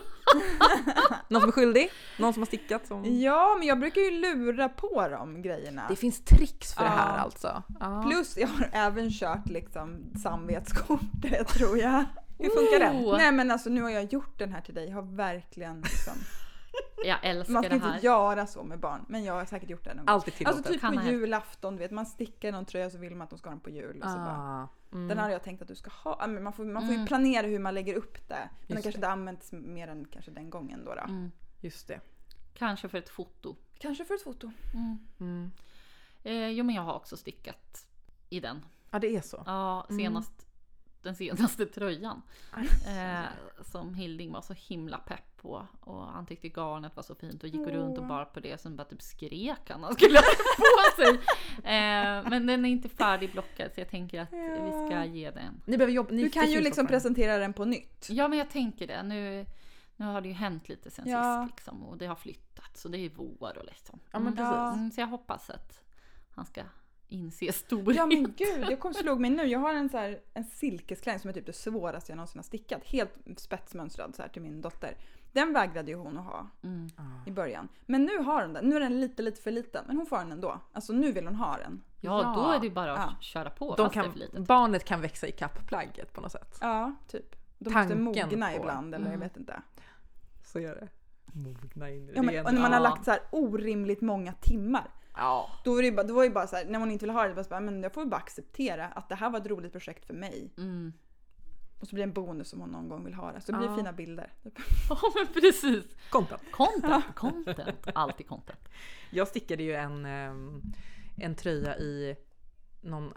Någon som är skyldig? Någon som har stickat? Som... Ja, men jag brukar ju lura på dem grejerna. Det finns tricks för det Ja. här alltså. Ja. Plus jag har även kört liksom samvetskort, det tror jag. Hur funkar det? Oh, Nej men alltså nu har jag gjort den här till dig. Jag har verkligen liksom... Jag älskar Man ska det inte här. göra så med barn. Men jag har säkert gjort det någon gång. Alltid tillåtet. Alltså typ Kan på ha hänt. julafton, du vet. Man stickar någon tröja så vill man att de ska ha den på jul. Och så bara, ah. mm. den hade jag tänkt att du ska ha. Ja, men Man får, man får ju Mm. planera hur man lägger upp det. Men den Just kanske det. inte används mer än kanske den gången då. då. Mm. Just det. Kanske för ett foto. Kanske för ett foto. Mm. Mm. Eh, jo, men jag har också stickat i den. Ja, det är så. Ja, senast, den senaste tröjan. Eh, som Hilding var så himla pepp på. Och han tyckte garnet var så fint och gick runt och bar på det. Sen bara typ skrek han. Han skulle ha på sig. Eh, men den är inte färdigblockad så jag tänker att vi ska ge den. Ni behöver jobba. Ni Du kan ju finns liksom fortfarande. presentera den på nytt. Ja, men jag tänker det. Nu, nu har det ju hänt lite sen Ja. sist liksom. Och det har flyttat. Så det är vår och liksom. Ja, men precis. Ja. Mm, så jag hoppas att han ska inse storhet. Ja men gud, jag kom slog mig nu. Jag har en så här, en silkesklänning som är typ det svåraste jag någonsin har stickat. Helt spetsmönstrad så här till min dotter. Den vägrade ju hon att ha Mm. i början. Men nu har hon den. Nu är den lite lite för liten. Men hon får den ändå. Alltså nu vill hon ha den. Ja, Ja. då är det ju bara att Ja. köra på. De fast det är kan, för litet. barnet kan växa i kapp plagget på något sätt. Ja, typ. De Tanken måste mogna på- ibland eller jag Mm. vet inte. Så gör det. Mogna in i det. Ja, men, Det är och när man en- har Ja. lagt så här orimligt många timmar. Ja. Då var det ju bara, då var det bara så här, när hon inte vill ha det, bara så här, men jag får ju bara acceptera att det här var ett roligt projekt för mig. Mm. Och så blir det en bonus om hon någon gång vill ha det. Så det blir Ja. fina bilder. Typ. Ja, men precis. Content. Content, content. Alltid content. Jag stickade ju en, ehm, en tröja i någon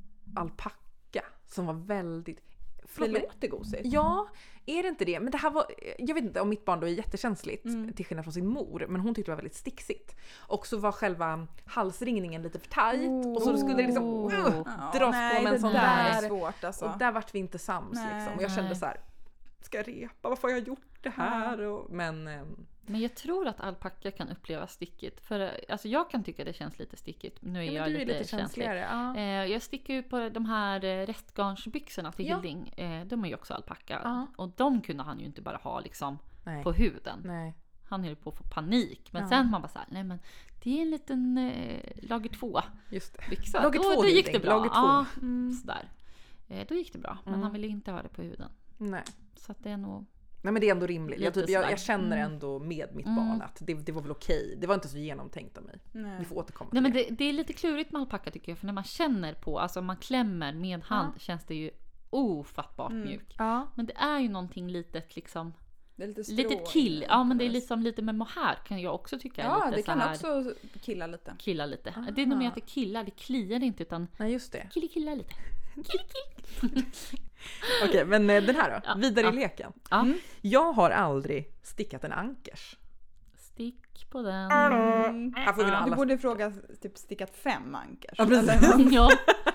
alpacka som var väldigt... Det Förlåt, men- låter gosigt. Ja, är det inte det? Men det här var, jag vet inte om mitt barn då är jättekänsligt Mm. till skillnad från sin mor, men hon tyckte det var väldigt sticksigt. Och så var själva halsringningen lite för tajt och så skulle det liksom Oh. uh, Ja, dras nej, på med en det sån där där. är svårt alltså. Och där vart vi inte sams Nej. liksom. Och jag kände Nej. så här: ska jag repa? Varför har jag gjort det här? Och, men ehm, Men jag tror att alpacka kan upplevas stickigt. För alltså jag kan tycka det känns lite stickigt. Nu är ja, jag men du är lite, lite känslig. känsligare. Ja. Eh, jag sticker ju på de här eh, restgarnsbyxorna till Ja. Hilding. Eh, de är ju också alpacka. Ja. Och de kunde han ju inte bara ha liksom Nej. på huden. Nej. Han höll på att få panik. Men Ja. sen man bara såhär, nej men det är en liten eh, lager två Just det. byxa. Lager då, två, då gick Hilding. det bra. Lager två. Ja, Mm. sådär. Eh, då gick det bra. Men Mm. han ville inte ha det på huden. Nej. Så att det är nog... Nej men det är ändå rimligt. Jag, Lite typ, jag, sådär. jag känner Mm. ändå med mitt Mm. barn att det, det var väl okej. Det var inte så genomtänkt av mig. Nej. Vi får återkomma Nej till men det, det är lite klurigt med alpacka tycker jag. För när man känner på, alltså man klämmer med hand känns det ju ofattbart Mm. mjuk. Ja. Men det är ju någonting litet liksom, Det är lite strå lite i kill. det. Ja men det är liksom lite med mohair kan jag också tycka är Ja, lite det så kan här, också killa lite. killa lite. Det är nog mer Ah. att det killar, det kliar inte utan Nej just det. killa killar lite. Kill, kill. Okej, men eh, den här då? Ja, Vidare ja. i leken. Ja. Mm. Jag har aldrig stickat en ankers. Stick på den. Mm. Här får vi nog Du alla... borde fråga typ stickat fem ankers. Ja, precis. Eller- Ja.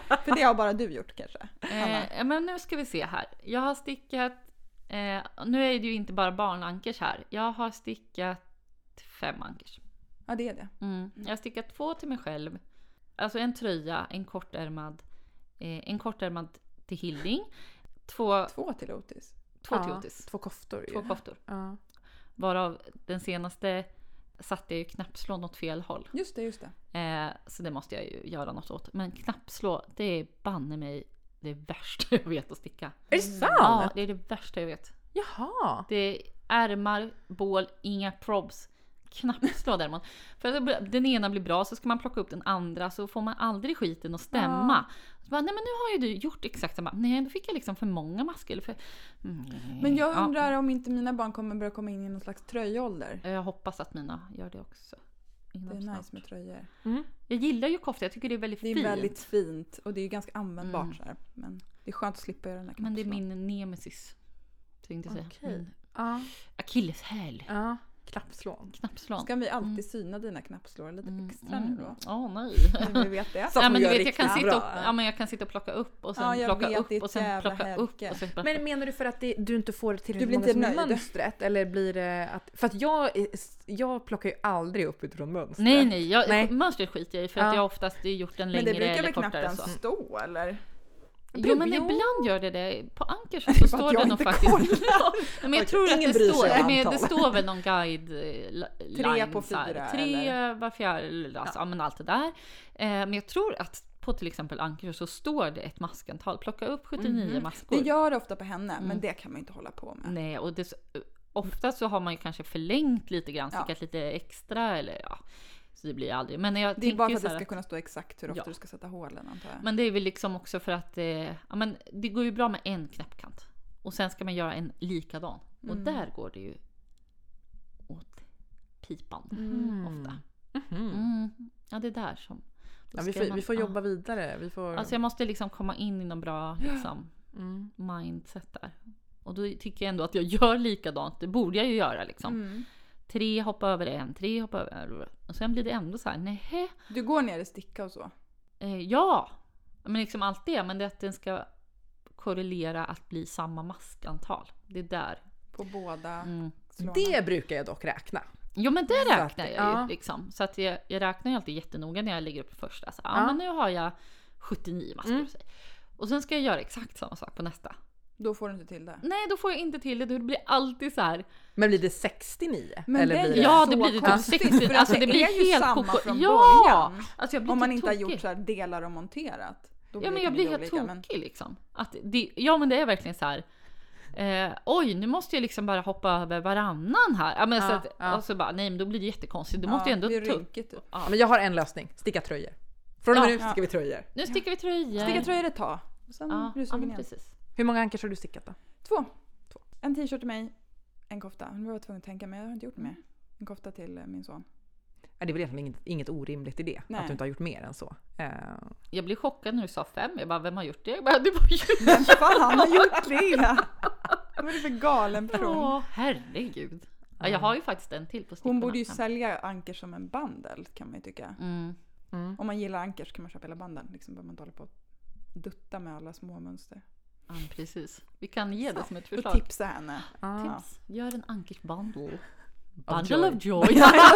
För det har bara du gjort kanske. Eh, men nu ska vi se här. Jag har stickat, eh, nu är det ju inte bara barnankers här. Jag har stickat fem ankers. Ja, det är det. Mm. Jag har stickat två till mig själv. Alltså en tröja, en kortärmad, eh, en kortärmad till Hilding. Två, Två till Otis. två Ja, till Otis. Två koftor ju. Två koftor. Ja. Varav den senaste satte jag ju knappslån åt fel håll. Just det, just det. Eh, så det måste jag ju göra något åt. Men knappslå, det är banne mig det värsta jag vet att sticka. Är det sant? Ja, det är det värsta jag vet. Jaha. Det är ärmar, bål, inga probs. Knappslå däremot. För att den ena blir bra så ska man plocka upp den andra så får man aldrig skiten att stämma. Så bara, nej men nu har ju du gjort exakt samma. Nej, då fick jag liksom för många masker. Eller för... mm, Men jag ja. undrar om inte mina barn kommer börja komma in i någon slags tröjålder. Jag hoppas att mina gör det också. Det är Inom nice snart. med tröjor. Mm. Jag gillar ju kofta, jag tycker det är väldigt Det är fint. väldigt fint och det är ju ganska användbart Mm. så här. Men det är skönt att slippa göra den här Men det är knappslån. min nemesis. Tänkte jag säga. Okej. Min Ja. akilleshäl. Ja. Knappslån. Knappslån. Ska vi alltid Mm. syna dina knappslår lite Mm, extra mm. nu då? Åh nej. Så vi vet det. Så att Ja, de men du gör vet, jag kan, riktigt sitta och, bra. ja, men jag kan sitta och plocka upp och sen Ja, jag plocka vet, upp ditt och sen jävla plocka upp. härke. Och sen plocka Men menar du för att det, du inte får Du tillräckligt blir många inte som är nöjd? mönstret? Eller blir det att... För att jag, jag plockar ju aldrig upp utifrån mönstret. Nej, nej, jag, Nej. mönstret skiter jag i för Ja. att jag oftast har gjort den Men längre det brukar eller väl knappt kortare ens så. stå eller? Jo, men Jo. ibland gör det det. På Ankers så För att står jag det nog inte faktiskt... kollar. Nej, men jag tror att Ingen det bryr sig står, om men det antal. står väl någon guide eh, la- Tre line, på så här. fyra, Tre eller? var fjärde, alltså, ja. men allt det där. Eh, men jag tror att på till exempel Ankers så står det ett maskantal. Plocka upp sjuttionio Mhm. maskor. Det gör det ofta på henne, men Mm. det kan man inte hålla på med. Nej, och det, ofta så har man ju kanske förlängt lite grann, Ja. stickat lite extra eller ja. Så det blir aldrig. Men jag Det är tänker bara för ju att så det här ska att- kunna stå exakt hur ofta Ja. du ska sätta hålen antar jag. Men det är väl liksom också för att eh, ja, men det går ju bra med en knäppkant. Och sen ska man göra en likadan. Och Mm. där går det ju åt pipan. Mm. Ofta. Mhm. Mm. Ja, det är där som... då Ja, vi, ska får, man- vi får ja. jobba vidare. Vi får... Alltså jag måste liksom komma in i någon bra liksom, mm. mindset där. Och då tycker jag ändå att jag gör likadant. Det borde jag ju göra liksom. Mm. Tre hoppa över en, tre hoppa över. Och sen blir det ändå så här, nej. Du går ner i sticka och så? Eh, ja, men liksom allt det. Men det är att den ska korrelera att bli samma maskantal. Det är där. På båda Mm. slåna? Det brukar jag dock räkna. Jo, men det Så att- räknar jag ja. ju liksom. Så att jag, jag räknar ju alltid jättenoga när jag lägger upp första. Så, ja, Ja. men nu har jag sjuttionio maskor. Mm. Och sen ska jag göra exakt samma sak på nästa. Då får du inte till det. Nej, då får jag inte till det. Det blir alltid så här. Men blir det sextionio? Men Eller det är blir ju det... Ja, så det blir det typ konstigt, sextio. för att Alltså det det blir är ju helt samma koko. från Ja! början. Alltså jag blir Om man helt inte har tokig. gjort så här delar och monterat. Då Ja, men kan jag det blir bli helt olika, men- tokig liksom. Att det, ja, men det är verkligen så här. Eh, oj, nu måste jag liksom bara hoppa över varannan här. Ja, men Ja, så att, ja. Och så bara, nej men då blir det jättekonstigt. Du Ja, måste ju ändå det är ta upp. rynkigt typ. Ja, men jag har en lösning. Sticka tröjor. Från och med Ja. nu stickar vi tröjor. Nu stickar vi tröjor. Sticka tröjor ett tag. Och sen Ja, blir du ja sugen men igen. precis. Hur många ankers har du stickat då? Två. Två. En t-shirt till mig, en kofta. Nu var jag tvungen att tänka, men jag har inte gjort mer. En kofta till eh, min son. Ja, det är väl egentligen inget, inget orimligt i det. Nej. Att du inte har gjort mer än så. Eh, Jag blev chockad när du sa fem. Jag bara, vem har gjort det? Jag bara, det var ju... Men fan, han har gjort det! Vad är det för galen person? Åh, herregud. Ja, jag har ju faktiskt en till på stickorna. Hon borde ju sälja anker som en bandel kan man ju tycka. Mm. mm. Om man gillar anker så kan man köpa hela banden. Liksom behöver man inte hålla på och dutta med alla små mönster. Ja, precis. Vi kan ge det som ett Och förslag. tipsa henne. Ah. Tips. Gör en ankers bundle. Of Bundle joy. of joy.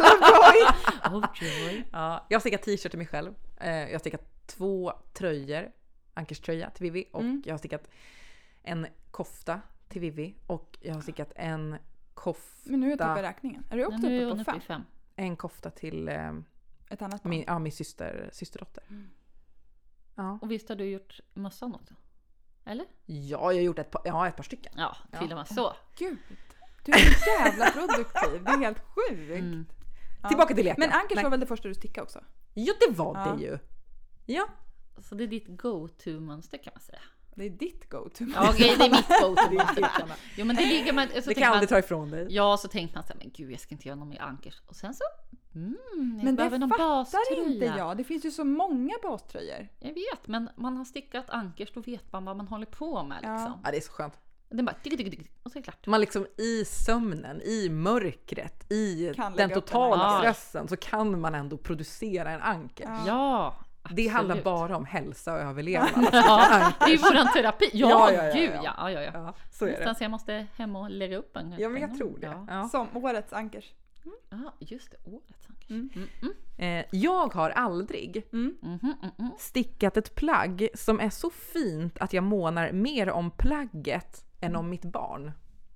of joy. Ja, jag har stickat t-shirt till mig själv. Eh, jag har stickat två tröjor. Ankerströja till Vivi. Och Mm. jag har stickat en kofta till Vivi. Och jag har stickat en kofta, Men nu är jag uppe i räkningen. Är du också Nu är uppe hon på uppe fem? i fem. en kofta till eh, Ett annat barn? min, ja, min syster, systerdotter. Mm. Ja. Och visst har du gjort mössan också? Eller? ja, jag har gjort ett par, ja, ett par stycken. Ja, till Ja. och med så. Gud, du är så jävla produktiv. Det är helt sjukt. Mm. Ja. Tillbaka till leken. Men ankers Nej. var väl det första du stickade också? Ja, det var Ja. det ju. Ja. Så det är ditt go-to-mönster kan man säga. Det är ditt go-to. Ja, okej, det är mitt go-to-mönster. Jo, men det ligger med... Så Det tänker kan jag man, aldrig ta ifrån dig. ja, så tänkte man så här, men gud, jag ska inte göra någon mer ankers. Och sen så, mm, jag Men behöver det någon fattar baströja. inte jag. Det finns ju så många baströjor. Jag vet, men man har stickat ankers, då vet man vad man håller på med Ja. liksom. Ja, det är så skönt. Den bara, tick, tick, tick, och så är det klart. Man liksom i sömnen, i mörkret, i Kan den lägga upp totala en anker. stressen så kan man ändå producera en anker. Ja. Ja, Det handlar bara om hälsa och överlevnad. Ja, det är ju våran terapi. Ja, Ja, ja, ja, gud ja. ja. ja, ja, ja. Ja, så är Nästan det. så jag måste hem och lägga upp en. Ja, men jag tror det. Ja, Ja. Som årets ankers. ja just det. Årets ankers. Mm. Mm, mm. Eh, jag har aldrig Mm. Mhm, mm, mm. stickat ett plagg som är så fint att jag månar mer om plagget än om mitt barn.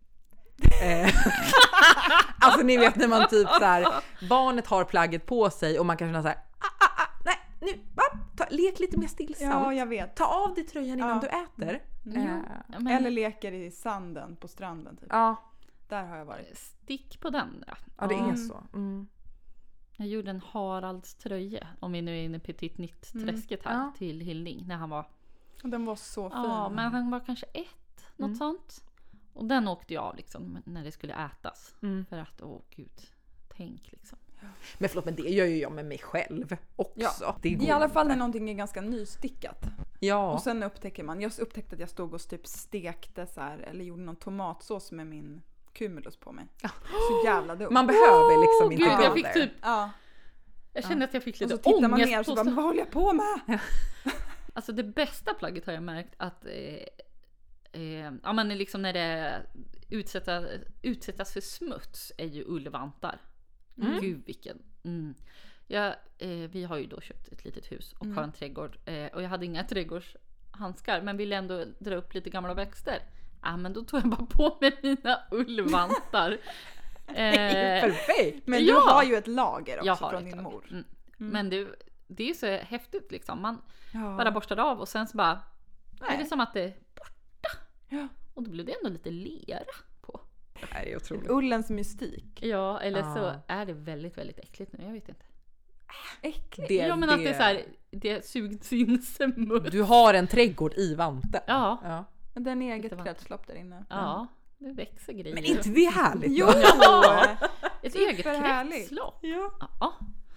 Eh, alltså ni vet när man typ så här, barnet har plagget på sig och man kan känna så här, ah, ah, ah, nej, nu, va? Ta, lek lite mer stillsamt. Ja, jag vet. Ta av dig tröjan innan Ja. du äter. Mm. Eh, Ja, men Eller leker i sanden på stranden typ. ja, Där har jag varit. stick på den då. ja, det är Mm. så. Mm. Jag gjorde en Haralds tröja, om vi nu är inne i Petit Nitt-träsket här, Ja. till Hilding när han var, Och den var så fin. ja men han var kanske ett, något Mm. sånt. Och den åkte jag av liksom när det skulle ätas. Mm. För att, åh gud, tänk liksom. Men förlåt, men det gör ju jag med mig själv också. Ja. Det går I alla fall inte. när någonting är ganska nystickat. Ja. Och sen upptäcker man, jag upptäckte att jag stod och typ stekte så här, eller gjorde någon tomatsås med min cumulus på mig. Så jävla dumt. Man behöver liksom Åh, inte gud, gå jag fick där. typ, Ja. jag kände att jag fick Och lite så tittar man ångest ner så på bara, stå- men vad håller jag på med? Alltså det bästa plagget har jag märkt att eh, eh, ja men liksom när det utsätta, utsättas för smuts är ju ullvantar. Mm. Gud vilken. Mm. Ja, eh, vi har ju då köpt ett litet hus och Mm. har en trädgård eh, och jag hade inga trädgårdshandskar men ville ändå dra upp lite gamla växter. Ja men då tog jag bara på mig mina ullvantar. eh, Perfekt! Men Ja. du har ju ett lager jag också har från ett din lag. mor. Mm. Mm. Men det, det är ju så häftigt liksom. Man Ja. bara borstar av och sen så bara Nej. är det som att det är borta. Ja. Och då blev det ändå lite lera på. Det här är otroligt. Ullens mystik. Ja, eller Ja. så är det väldigt, väldigt äckligt nu. Jag vet inte. Äckligt. Det- ja, men att det är så här, det sugs in smuts. Du har en trädgård i vanten. Ja, Ja. Men den är eget Lite vatten. kretslopp där inne. ja, det växer grejer. Men inte det är härligt? Jo! Ja. Ett eget Superhärligt. kretslopp. Ja. Ja.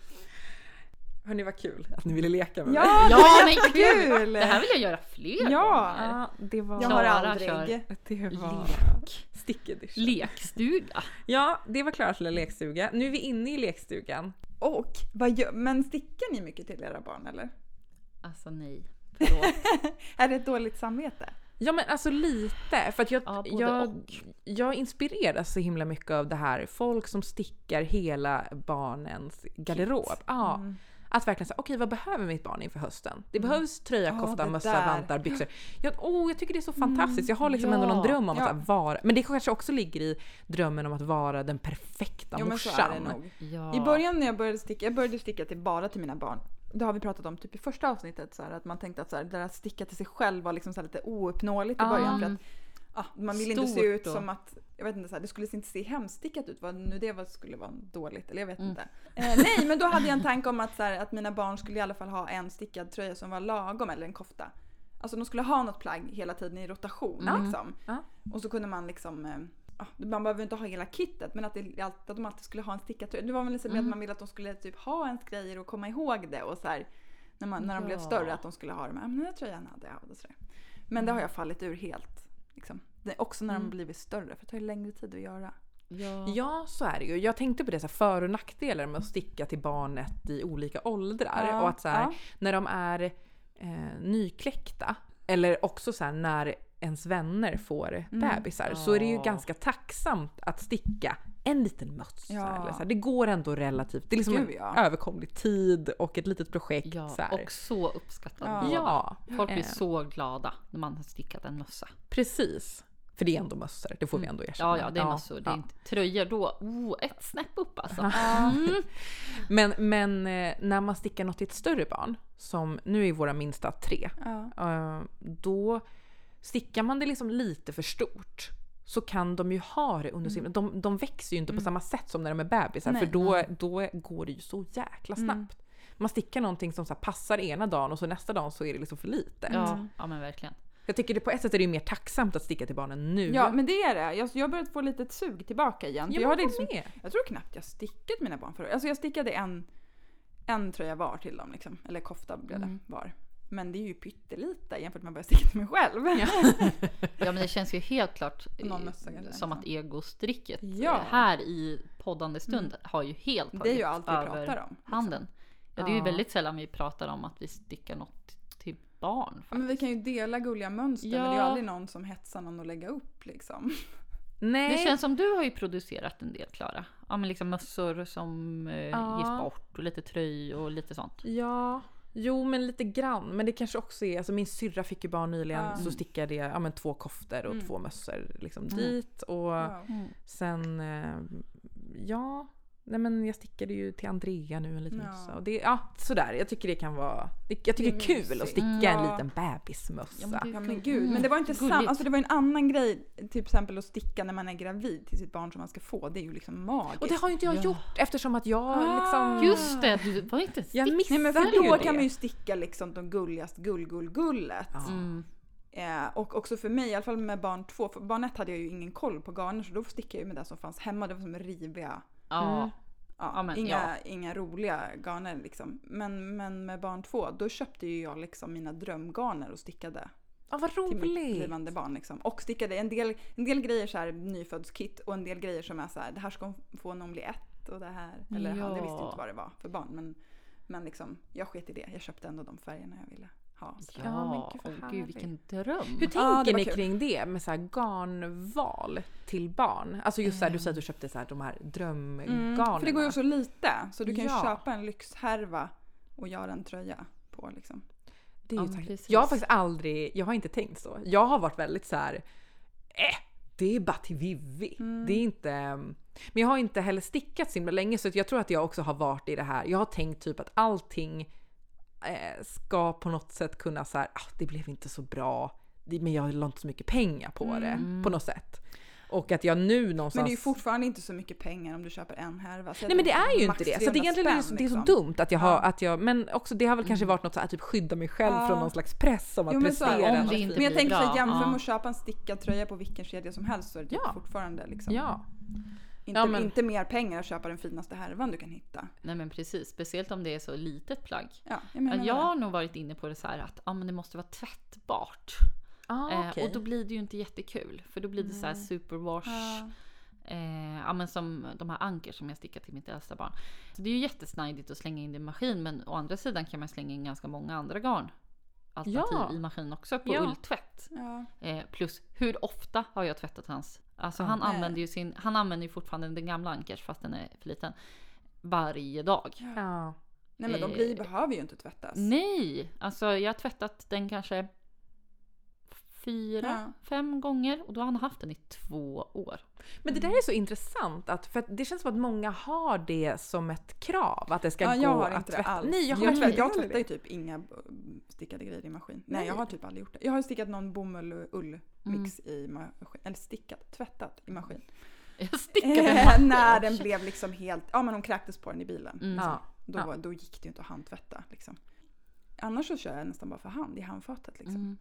Hörni, vad kul att ni ville leka med mig. Ja, Ja, det var men jättekul! kul! Det här vill jag göra fler Ja. gånger. Ja, det var... Jag har Klara aldrig. kör. Det var... Lek. Stick edition. Lekstuga. Ja, det var Klaras lilla lekstuga. Nu är vi inne i lekstugan. Och, vad gör, men stickar ni mycket till era barn eller? Alltså nej. Förlåt. Är det ett dåligt samvete? Ja, men alltså lite. För att jag, Ja, både jag, och. jag inspireras så himla mycket av det här. Folk som stickar hela barnens garderob. Ja. Mm. Att verkligen säga, okej, vad behöver mitt barn inför hösten? Det Mm. behövs tröja, Ja, kofta, det mössa, där. vantar, byxor. Jag, oh, jag tycker det är så fantastiskt. Jag har liksom ja. ändå någon dröm om Ja. att så här, vara... Men det kanske också ligger i drömmen om att vara den perfekta Jo men så morsan. är det nog. Ja. I början när jag började sticka, jag började sticka till bara till mina barn. Det har vi pratat om typ i första avsnittet, så här, att man tänkte att så här, det där att sticka till sig själv var liksom så här lite ouppnåeligt i Ah. början. För att, ah, man vill inte se Stort ut då. som att, jag vet inte, så här, det skulle inte se hemstickat ut, vad nu det var, skulle vara dåligt, eller jag vet Mm. inte. Eh, nej, men då hade jag en tanke om att, så här, att mina barn skulle i alla fall ha en stickad tröja som var lagom, eller en kofta. Alltså de skulle ha något plagg hela tiden i rotation Mm. liksom. Ja. Och så kunde man liksom, eh, ja, man behöver inte ha hela kittet, men att, det, att de alltid skulle ha en stickad tröja. Det var väl liksom Mm. att man ville att de skulle typ ha ens grejer och komma ihåg det och så här, när, man, när de Ja. blev större, att de skulle ha de här, men den här tröjan hade jag och så där. Men det har jag fallit ur helt. Liksom. Det, också när de Mm. blivit större, för det tar ju längre tid att göra. Ja. Ja, så är det ju. Jag tänkte på det, så här, för- och nackdelar med att sticka till barnet i olika åldrar. Ja, Och att så här, ja. när de är eh, nykläckta, eller också så här, när ens vänner får Mm. bebisar, så är det ju Ja. ganska tacksamt att sticka en liten mössa. Ja. Eller så här. Det går ändå relativt. Det är liksom Gud, en ja. överkomlig tid och ett litet projekt. Ja, så här. och så uppskattad Ja. båda. Ja, Folk blir Eh. så glada när man har stickat en mössa. precis. För det är ändå mössor, det får vi ändå erkänna. Ja, ja, det är mössor. Det är ja. inte tröjor då. Oh, ett snäpp upp alltså. Mm. Men, men eh, när man stickar något till ett större barn, som nu är våra minsta tre, Ja. eh, då stickar man det liksom lite för stort, så kan de ju ha det under sin... De, de växer ju inte på samma sätt som när de är bebisar, Nej. för då, då går det ju så jäkla snabbt. Mm. Man stickar någonting som så här passar ena dagen och så nästa dag så är det liksom för lite. Ja, ja, men verkligen. Jag tycker det på ett sätt är det ju mer tacksamt att sticka till barnen nu. Ja, men det är det. Jag, jag har börjat få lite sug tillbaka igen. För Ja, jag, men hade vad liksom, med? jag tror knappt jag stickat mina barn förut. Alltså jag stickade en, en tröja var till dem liksom. Eller kofta blev det Mm. var. Men det är ju pyttelite jämfört med att börja sticka till mig själv. Ja. Ja, men det känns ju helt klart eh, Någon mössa kanske, som liksom. att egostricket Ja. eh, här i poddande stund har ju helt Det är ju tagit allt vi över pratar om. liksom. handen. Ja, det är ju Ja. väldigt sällan vi pratar om att vi stickar något till barn. Ja, men vi kan ju dela gulliga mönster Ja. men det är ju aldrig någon som hetsar någon att lägga upp liksom. Nej. Det känns som du har ju producerat en del, Klara. Ja, men liksom mössor som eh, Ja. ges bort och lite tröj och lite sånt. Ja, jo men lite grann. Men det kanske också är, alltså min syrra fick ju barn nyligen, Mm. så stickade jag ja, men två koftor och Mm. två mössor liksom Mm. dit. Och Wow. Mm. sen, eh, ja, nej men jag stickade ju till Andrea nu en liten Ja. mössa. Och det, ja, sådär. Jag tycker det kan vara, det, jag tycker det är Det är kul mysigt. att sticka Mm. en Ja. liten bebismössa. Ja, men det- Ja men gud, men det var inte Gulligt. samma, alltså det var en annan grej, till exempel att sticka när man är gravid till sitt barn som man ska få, det är ju liksom magiskt. Och det har ju inte jag Ja. gjort eftersom att jag Ah. liksom... Just det, du var inte Jag stick. missade Nej men för då ju kan det. man ju sticka liksom de gulligaste gull-gull-gullet. Ja. Mm. Eh, och också för mig, i alla fall med barn två, för barn ett hade jag ju ingen koll på garner så då stickade jag ju med det som fanns hemma, det var som riviga. Ja. Mm. Ja, Ja, men, inga, ja. inga roliga garner liksom. Men, men med barn två, då köpte ju jag liksom mina drömgarner och stickade Ja, vad till mitt roligt! blivande barn liksom. Och stickade en del, en del grejer så här nyföddskit och en del grejer som är så här, det här ska hon få när hon blir ett och det här. Eller ja. Ja. det visste ju inte vad det var för barn men, men liksom, jag sket i det. Jag köpte ändå de färgerna jag ville ha. Så. Ja, Ja, men gud, vad åh gud härligt. vilken dröm. Hur tänker Ja, det var ni kul. kring det med så här garnval till barn? Alltså just så här, du säger att du köpte så här, de här drömgarnerna. Mm, för det går ju också lite. Så du kan Ja. ju köpa en lyxhärva och göra en tröja på liksom. Det är ju Ja, tack- precis. jag har faktiskt aldrig, jag har inte tänkt så. Jag har varit väldigt så här, eh, det är bara till Vivi. Mm. Det är inte, men jag har inte heller stickat så himla länge så att jag tror att jag också har varit i det här. Jag har tänkt typ att allting eh, ska på något sätt kunna så här, ah, det blev inte så bra, det- men jag la inte så mycket pengar på det Mm. på något sätt. Och att jag nu någonstans... Men det är ju fortfarande inte så mycket pengar om du köper en härva. Så jag Nej men det tror är ju max inte det. Så det är egentligen trehundra spänn, det är så liksom. dumt att jag har, Ja. att jag, men också det har väl kanske varit något så här, typ skydda mig själv Ja. från någon slags press om att Jo, men så är det. prestera. Om något det inte fint. Men jag blir tänker så bra, här, jämför ja. med att köpa en stickad tröja på vilken kedja som helst så är det typ Ja. fortfarande liksom. Ja. Inte, Ja, men- inte mer pengar att köpa den finaste härvan du kan hitta. Nej men precis, speciellt om det är så litet plagg. Ja, jag menar Jag, jag det. har nog varit inne på det så här att ah, men det måste vara tvättbart. Ah, Eh, okej. och då blir det ju inte jättekul. För då blir det så här superwash. Ja. Eh, ja, men som de här anker som jag stickar till mitt äldsta barn. Så det är ju jättesnajdigt att slänga in det i maskin. Men å andra sidan kan man slänga in ganska många andra garn. Alternativ Ja. i maskin också på Ja. ulltvätt. Ja. Eh, plus hur ofta har jag tvättat hans? Alltså Ja, han nej. använder ju sin, han använder ju fortfarande den gamla ankers fast den är för liten. Varje dag. Ja. Nej men de Eh, blir, behöver ju inte tvättas. Nej, alltså jag har tvättat den kanske fyra, Ja. fem gånger och då har han haft den i två år. Men det där är så intressant att, för att det känns som att många har det som ett krav att det ska Ja, gå jag har att inte det tvätta. alls. Nej, jag har jag, inte tvätt, jag heller tvättar ju det. typ inga eh, stickade grejer i maskin. Nej, Nej. jag har typ aldrig gjort det. Jag har stickat någon bomull och ull mix Mm. i maskin. Eller stickat, tvättat i maskin. Jag stickade Eh, en maskin. när den blev liksom helt, ja men hon kräktes på den i bilen. Mm. Ja. Då, Ja. då gick det ju inte att handtvätta liksom. Annars så kör jag nästan bara för hand i handfatet liksom. Mm.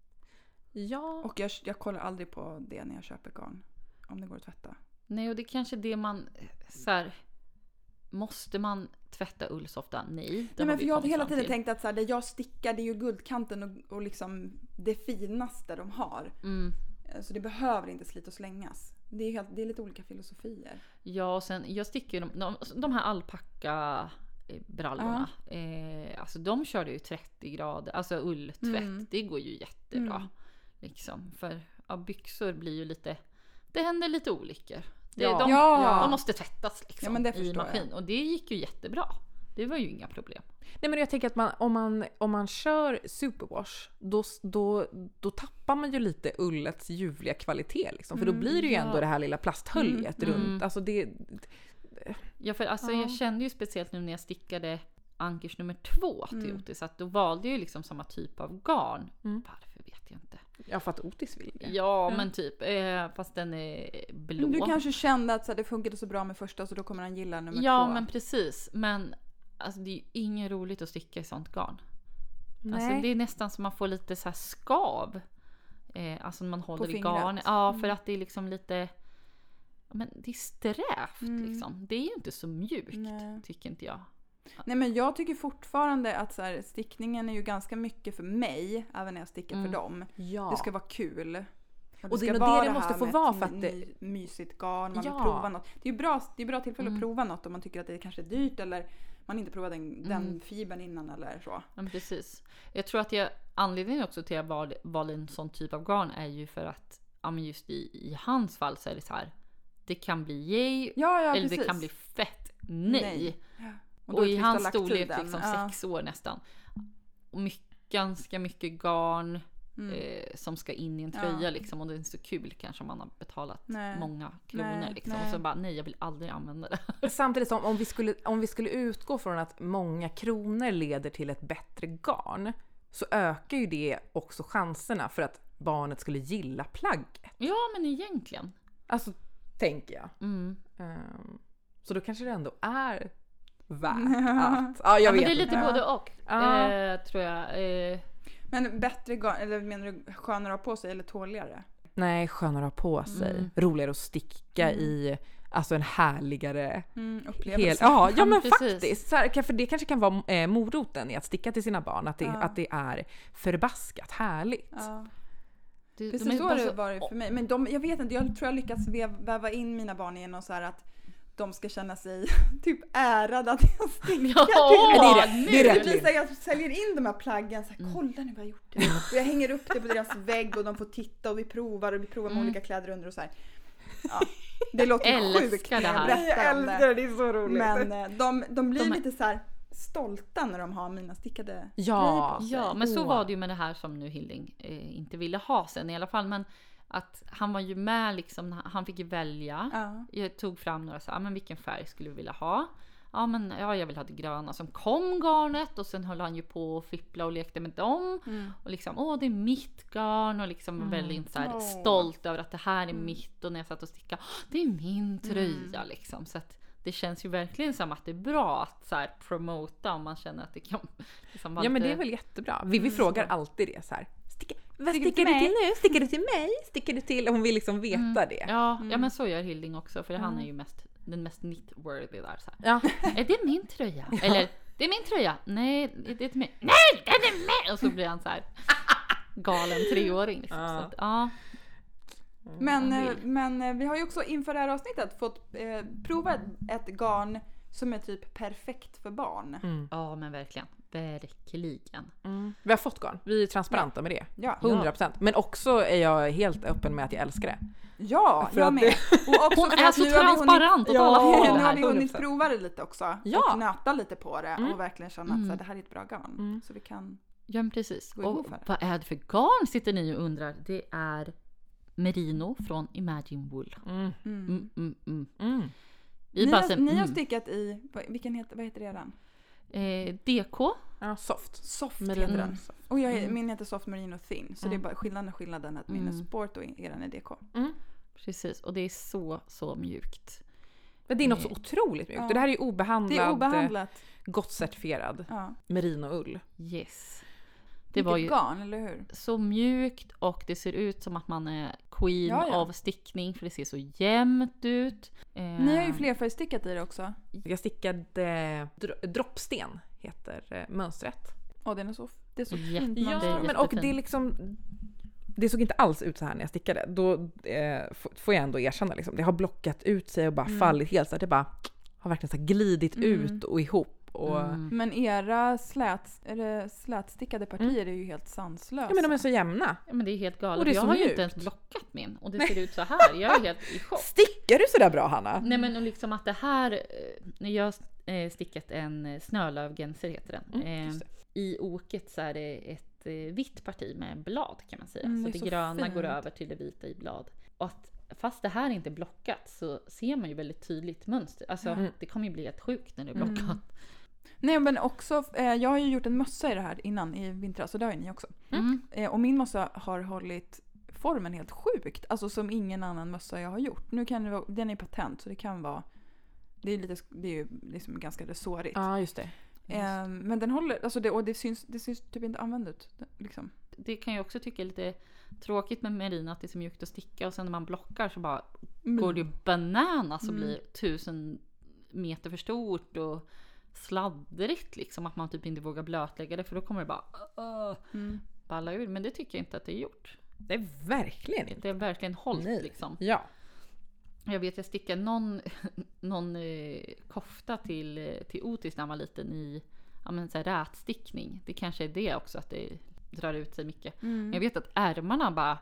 Ja. Och jag, jag kollar aldrig på det när jag köper garn. Om det går att tvätta. Nej, och det är kanske det man så här, måste man tvätta ull så ofta? Nej, det Nej, har men vi för jag har kommit hela fram tiden till. tänkt att så här, det jag stickar det är ju guldkanten och, och liksom det finaste de har. Mm. Så det behöver inte slita och slängas. Det är, helt, det är lite olika filosofier. Ja, och sen jag sticker ju de, de, de här alpacka eh, brallorna. Eh, alltså de körde ju trettio grader, alltså ulltvätt. Mm. Det går ju jättebra. Mm. Liksom. För ja, byxor blir ju lite, det händer lite olyckor. Det, Ja. de, Ja. de måste tvättas liksom, Ja, men det i förstår maskin. jag. Och det gick ju jättebra. Det var ju inga problem. Nej men jag tänker att man, om, man, om man kör superwash då, då, då tappar man ju lite ullets ljuvliga kvalitet liksom. För då Mm, blir det ju ja. ändå det här lilla plasthöljet Mm, runt. mm. Alltså det, Ja, för alltså, Ja. jag kände ju speciellt nu när jag stickade ankers nummer två till Mm. Otis att då valde jag ju liksom samma typ av garn. Mm. Varför vet jag inte. ja för att Otis vill det. Ja, Ja. men typ. Eh, fast den är blå. Du kanske kände att så här, det funkade så bra med första så då kommer han gilla nummer ja, två. men precis. Men alltså, det är ju inget roligt att sticka i sånt garn. Nej. Alltså, det är nästan som man får lite så här skav. Eh, alltså när man håller i fingret. garn. Ja, för Mm. att det är liksom lite... ja, men det är strävt Mm. liksom. Det är ju inte så mjukt, Nej. tycker inte jag. Nej men jag tycker fortfarande att så här, stickningen är ju ganska mycket för mig, även när jag stickar Mm. för dem. Ja. Det ska vara kul. Och det ska är nog vara det det måste här få med vara ett för att my- det- mysigt garn, man Ja. vill prova något. Det är ju bra, det är bra tillfälle Mm. att prova något om man tycker att det kanske är dyrt eller man inte provat den, den Mm. fibern innan eller så. Ja, men precis. Jag tror att jag, anledningen också till att jag valde en sån typ av garn är ju för att ja, men just i, i hans fall så är det så här. Det kan bli yay Ja, ja, eller precis. det kan bli fett nej. Nej. Ja. Och, då är i Krista hans lagt storlek tiden. liksom Ja. sex år nästan. Och mycket, ganska mycket garn Mm. eh, som ska in i en tröja Ja. liksom. Och det är inte så kul kanske om man har betalat Nej. många kronor Nej, liksom. nej. Och så bara nej, jag vill aldrig använda det. Samtidigt som om vi, skulle, om vi skulle utgå från att många kronor leder till ett bättre garn, så ökar ju det också chanserna för att barnet skulle gilla plagget. Ja, men egentligen. Alltså, tänker jag. Mm. Um, så då kanske det ändå är värt att... Ja, jag Ja, men vet det är lite inte. Ja. både och. Ja. Eh, tror jag. Eh, Men bättre garn, eller menar du skönare att ha på sig eller tåligare? Nej, skönare att ha på sig. Mm. Roligare att sticka Mm. i, alltså en härligare... Mm, Hel, upplevelse. ja, ja, men Precis. faktiskt. Så här, för det kanske kan vara eh, moroten i att sticka till sina barn. Att det, Ja. att det är förbaskat härligt. Ja. det, Precis de är så bara har det varit för mig. Men de, jag vet inte, jag tror jag lyckats väv, väva in mina barn i någon så här att de ska känna sig typ ärade att jag stickar Ja, till det är dem. det. Det är Det rätt. blir så här, jag säljer in de här plaggen så här, Mm. kolla nu vad jag har gjort. Det. Och jag hänger upp det på deras vägg och de får titta och vi provar och vi provar med Mm. olika kläder under och så här. Ja, det låter Älskar sjukt det när jag här. berättar om det. det är så roligt. Men eh, de, de blir De är- lite så här stolta när de har mina stickade Ja. grejer på sig. Ja, men så Åh. var det ju med det här som nu Hilding eh, inte ville ha sen i alla fall. Men att han var ju med liksom, han fick ju välja. Ja. Jag tog fram några så här, men vilken färg skulle vi vilja ha? Ja, men ja, jag vill ha det gröna. Som kom garnet och sen höll han ju på och fippla och lekte med dem. Mm. Och liksom, åh det är mitt garn och liksom Mm. väldigt så här, Åh. stolt över att det här är Mm. mitt. Och när jag satt och stickade, det är min tröja Mm. liksom. Så att det känns ju verkligen som att det är bra att så här promota om man känner att det kan liksom vara Ja, men lite- det är väl jättebra. Vivi Mm, frågar så. alltid det så här. Sticka, vad Stickar du stickar till du till mig? nu? Stickar du till mig? Stickar du till? Hon vill liksom veta Mm. det. Ja, Mm. ja, men så gör Hilding också. För han Mm. är ju mest, den mest knit-worthy där. Så här. Ja. Är det min tröja? Eller, det är min tröja. Nej, det är inte min. Nej, den är min! Och så blir han så här galen treåring. Liksom. Ja. Så att, ja. Men, Han eh, vill. men eh, vi har ju också inför det här avsnittet fått eh, prova ett, ett garn som är typ perfekt för barn. Mm. ja, men verkligen. Verkligen. Mm. Vi har fått garn. Vi är transparenta med det. Ja, hundra procent. Men också är jag helt öppen med att jag älskar det. ja För jag att med. det- Och också Hon för är att så nu har vi hunnit- transparent åt alla Ja, håll Nu har här. vi hundra hunnit procent. prova det lite också. Ja. Och nöta lite på det Mm. och verkligen känna att Mm. så här, det här är ett bra garn. Mm. Så vi kan... Ja, men precis. Gå ihop Och för det. vad är det för garn sitter ni och undrar? Det är Merino från Imagine Wool. Mm. Mm. Mm, mm, mm. Mm. Vi Ni, bara har, säger, ni har mm. stickat i, vad- vilken heter, vad heter det den? eh, D K. Ja, soft. Soft Merino. heter den. Soft. Och jag, Mm. min heter Soft Merino Thin. Så Mm. det är bara skillnaden är skillnaden att min är Mm. Sport och eran är D K. Mm. Precis, och det är så, så mjukt. Men det är något så Nej. otroligt mjukt. Ja. Det här är ju obehandlad, Det är obehandlat. eh, gott certifierad Ja. merinoull. Yes. Det Det var ju garn, eller hur? så mjukt och det ser ut som att man är queen Ja, ja. av stickning för det ser så jämnt ut. Eh, Ni har ju flerfärgstickat i det också. Jag stickade dr- droppsten, heter eh, mönstret. Åh, den är så, det är så Jätte- fint. Ja, mönster. det är men och jättefint. det är liksom... Det såg inte alls ut så här när jag stickade. Då eh, f- får jag ändå erkänna liksom. Det har blockat ut sig och bara Mm. fallit helt så att det bara har verkligen så här glidit Mm. ut och ihop. Och, Mm. Men era slät, är det slätstickade partier är ju helt sanslösa. Ja, men de är så jämna. Ja, men det är helt galet. Och det är jag så har ju mjukt. inte ens blockat min och det ser ut så här. Jag är helt i chock. Stickar du så där bra, Hanna? Nej, men och liksom att det här, eh, när jag eh, stickat en eh, snölövgenser heter den. Mm, eh, just I oket så är det ett eh, vitt parti med blad kan man säga. Mm, så det är det så gröna fint. går över till det vita i blad. Och att fast det här inte är blockat så ser man ju väldigt tydligt mönster. Alltså Mm. det kommer ju bli helt sjukt när det är Mm. blockat. Nej, men också, eh, jag har ju gjort en mössa i det här innan i vintras, så det har ju ni också. Mm. Eh, och min mössa har hållit formen helt sjukt. Alltså som ingen annan mössa jag har gjort. Nu kan det vara, den är patent så det kan vara, det är, lite, det är ju liksom ganska resårigt. Ja, just det. Eh, men den håller, alltså det, och det syns, det syns typ inte använd ut. Liksom. Det kan jag också tycka är lite tråkigt med merino att det är så mjukt att sticka och sen när man blockar så bara Mm. går det ju bananas och Mm. blir tusen meter för stort och sladdrigt liksom att man typ inte vågar blötlägga det för då kommer det bara uh, Mm. balla ur. Men det tycker jag inte att det är gjort. Det är verkligen inte. Det är verkligen hållt Nej. liksom. Ja. Jag vet jag stickade någon, någon eh, kofta till, eh, till Otis när han var liten i ja, men, så här, rätstickning. Det kanske är det också att det drar ut sig mycket. Mm. Jag vet att ärmarna bara...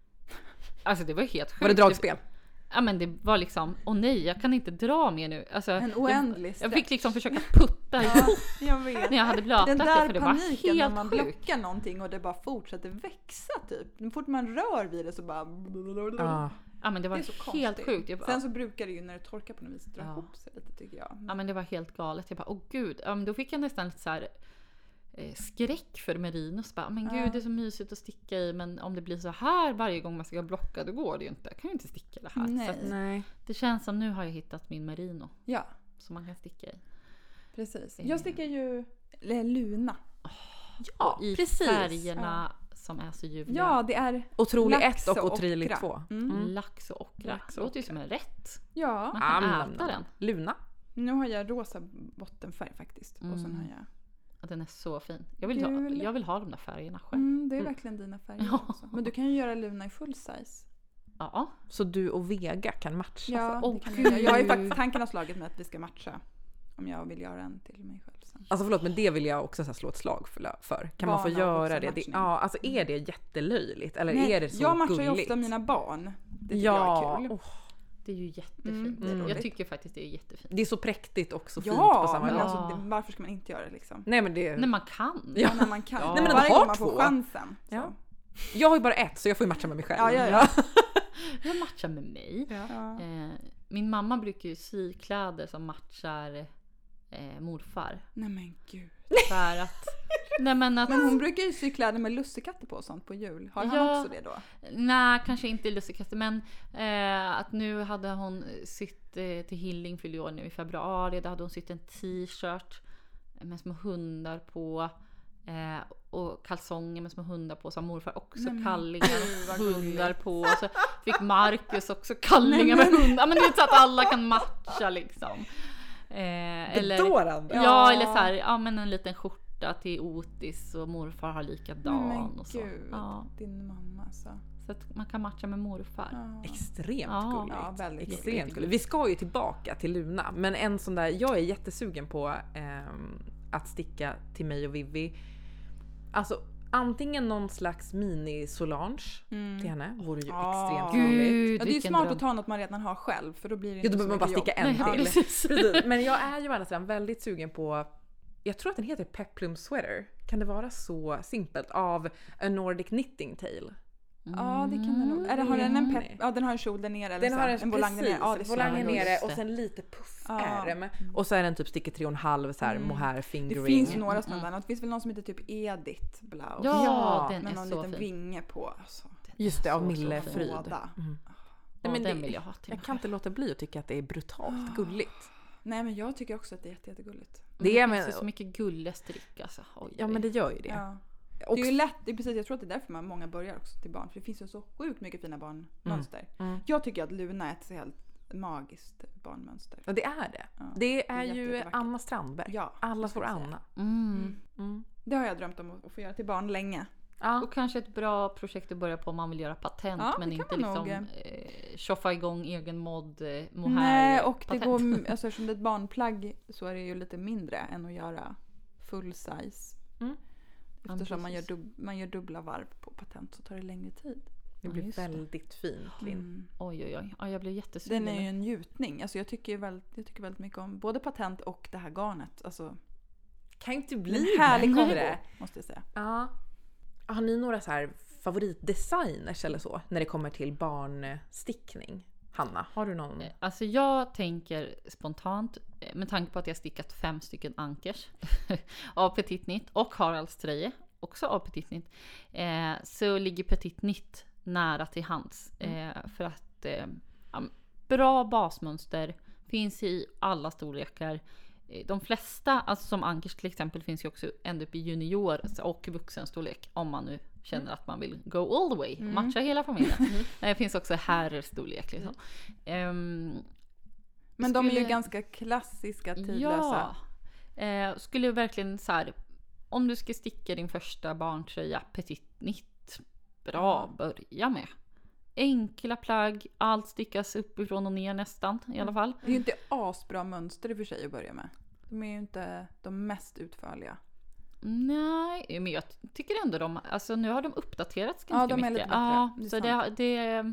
Alltså det var helt sjukt. Var det dragspel? Ja men det var liksom, åh nej jag kan inte dra mer nu. Alltså, En oändlig jag, jag fick stretch. liksom försöka putta Ja, ihop jag vet. när jag hade blötat Den det där för det var paniken när helt man sjukt. blockar någonting och det bara fortsätter växa typ. Så fort man rör vid det så bara... Ja. Ja men det var Det är så helt konstigt. sjukt. Jag bara, Sen så brukar det ju när det torkar på något vis dra Ja. ihop sig lite tycker jag. ja men det var helt galet. Jag bara, åh gud. Ja, men då fick jag nästan lite så här eh, skräck för merinos. Bara, men gud Ja. det är så mysigt att sticka i. Men om det blir så här varje gång man ska blocka då går det ju inte. Jag kan ju inte sticka det här. Nej. Så att, Nej. det känns som nu har jag hittat min merino. Ja, Som man kan sticka i. precis. Jag stickar ju eller Luna. Ja, I precis. färgerna som är så ljuvliga. Ja, det är Otrolig lax ett och och otrolig ockra. två. Mm. Mm. Lax och ockra. Lax Det och låter ju som en rätt. Ja, Man kan Am, äta den. Luna. nu har jag rosa bottenfärg faktiskt. Och sen Mm. har jag... Ja, den är så fin. Jag vill, ha, Gul. jag vill ha de där färgerna själv. Mm, det är Mm. verkligen dina färger Ja. också. Men du kan ju göra Luna i full size. Ja. Så du och Vega kan matcha. Ja, Åh, det kan gud. jag, göra. jag har ju faktiskt tanken har slagit med att vi ska matcha. Om jag vill göra en till mig själv sen. Alltså förlåt, men det vill jag också så här slå ett slag för. för. Kan man få Barn och göra det? det? vuxenmatchning. Ja, alltså är det jättelöjligt? Eller Nej, är det så jag matchar gulligt? ju ofta mina barn. Det tycker ja, jag är kul. åh, Det är ju jättefint. Mm, det är jag roligt. tycker faktiskt det är jättefint. det är så präktigt och så fint Ja, på samma men gång. alltså, Ja. det, varför ska man inte göra det liksom? Nej men det... När man kan. Ja, när man kan. Ja. Nej, men Varje har gång man får två. chansen. Så. Ja. Jag har ju bara ett så jag får ju matcha med mig själv. Ja, ja, ja. Jag matchar med mig. Ja. Eh, min mamma brukar ju sy kläder som matchar eh, morfar. Nej men gud. För att... nej men att... Men hon brukar ju sy kläder med lussekatter på och sånt på jul. Har han Ja. också det då? Nej, kanske inte lussekatter, men eh, att nu hade hon sytt eh, till Hilling fyllde år nu i februari. Då hade hon sytt en t-shirt med små hundar på eh, och kalsonger med små hundar på. Så har morfar också Nej, men kallingar gud, vad och hundar gulligt. på. Och så fick Marcus också kallingar Nej, med hundar. Men det är så att alla kan matcha liksom. Eh, eller, Bedårande. ja, Ja. eller så här, ja men en liten skjorta till Otis och morfar har likadan Men och så. gud, Ja. din mamma alltså. Så att man kan matcha med morfar. Ja. Extremt Ja. gulligt. Ja, väldigt Extremt gulligt. Vi ska ju tillbaka till Luna, men en sån där, jag är jättesugen på ehm, att sticka till mig och Vivi. Alltså antingen någon slags mini Solange Mm. till henne vore ju Ja. extremt roligt. Gud, Ja, det är ju vilken smart dröm. att ta något man redan har själv för då blir det Ja, inte då så behöver man bara mycket sticka jobb. en Nej, till. precis. Precis. Men jag är ju å andra sidan väldigt sugen på, jag tror att den heter Peplum Sweater. Kan det vara så simpelt? Av A Nordic Knitting Tale. Ja, det kan den nog. Är det, har den en pepp? Ja, den har en kjol där nere. Eller Den så har här, en, en volang där nere. Ja, det är precis, så volangen jävla nere gulligt. och sen lite puffärm. Ja. Och så är den typ sticker tre och en halv så här Mm. mohair fingering. Det finns ju några sådana där. Det finns väl någon som heter typ Edith Blouse. Ja, Ja, den med är någon så liten fin. vinge på. Alltså. Just det, av Så, så Mille fin. Fryd. Båda. Mm. Ja, men den det- vill jag ha till Jag mig kan inte låta bli att tycka att det är brutalt gulligt. Nej, men jag tycker också att det är jätte, jättegulligt. Det, Det är finns men, ju så mycket gulliga strick alltså. Oj, ja men det gör ju det. Ja. Det Och, är ju lätt, det är precis, jag tror att det är därför man många börjar också till barn. För det finns ju så sjukt mycket fina barnmönster. mm. Jag tycker att Luna är ett så helt magiskt barnmönster. Ja, det är det. Ja. Det är Det är ju jätte- jättevackert. Anna Strandberg. Ja, Allas det vår ska jag säga. Anna. Mm. Mm. Det har jag drömt om att att få göra till barn länge. Ja. Och kanske ett bra projekt att börja på om man vill göra patent Ja, men det inte kan man liksom nog. eh, tjoffa igång egen mod eh, mohair Nej, och det patent. går, alltså, eftersom det är ett barnplagg så är det ju lite mindre än att göra full size. Mm. Ja, Eftersom man gör, precis. dub, man gör dubbla varv på patent så tar det längre tid. Det Ja, blir just det. väldigt fint, Linn. Mm. Oj oj oj, ja, jag blev jättesugen. Den är ju en njutning. Alltså jag, tycker ju väldigt, jag tycker väldigt mycket om både patent och det här garnet. Alltså, Kan inte det bli är en härlig bättre. kombo, måste jag säga. Ja. Har ni några så här favoritdesigners eller så när det kommer till barnstickning? Hanna, har du någon? Eh, Alltså jag tänker spontant, eh, med tanke på att jag stickat fem stycken ankers av Petit Knit och Haralds tröja, också av Petit Knit, eh, så ligger Petit Knit nära till hands. Eh, för att eh, ja, bra basmönster, finns i alla storlekar. Eh, De flesta, alltså som ankers till exempel, finns ju också ända upp i junior och vuxenstorlek om man nu känner att man vill go all the way och matcha hela familjen. Det finns också herrstorlek liksom. Ehm, Men de är ju skulle- ganska klassiska, tidlösa. Ja. Eh, skulle verkligen så här, om du ska sticka din första barntröja Petit Knit, bra börja med. enkla plagg, allt stickas uppifrån och ner nästan i alla fall. Det är ju inte asbra mönster i och för sig att börja med. De är ju inte de mest utförliga. Nej, men jag tycker ändå de, alltså nu har de uppdaterats ganska Ja, de är mycket. lite bättre. Ja, Det är så det, det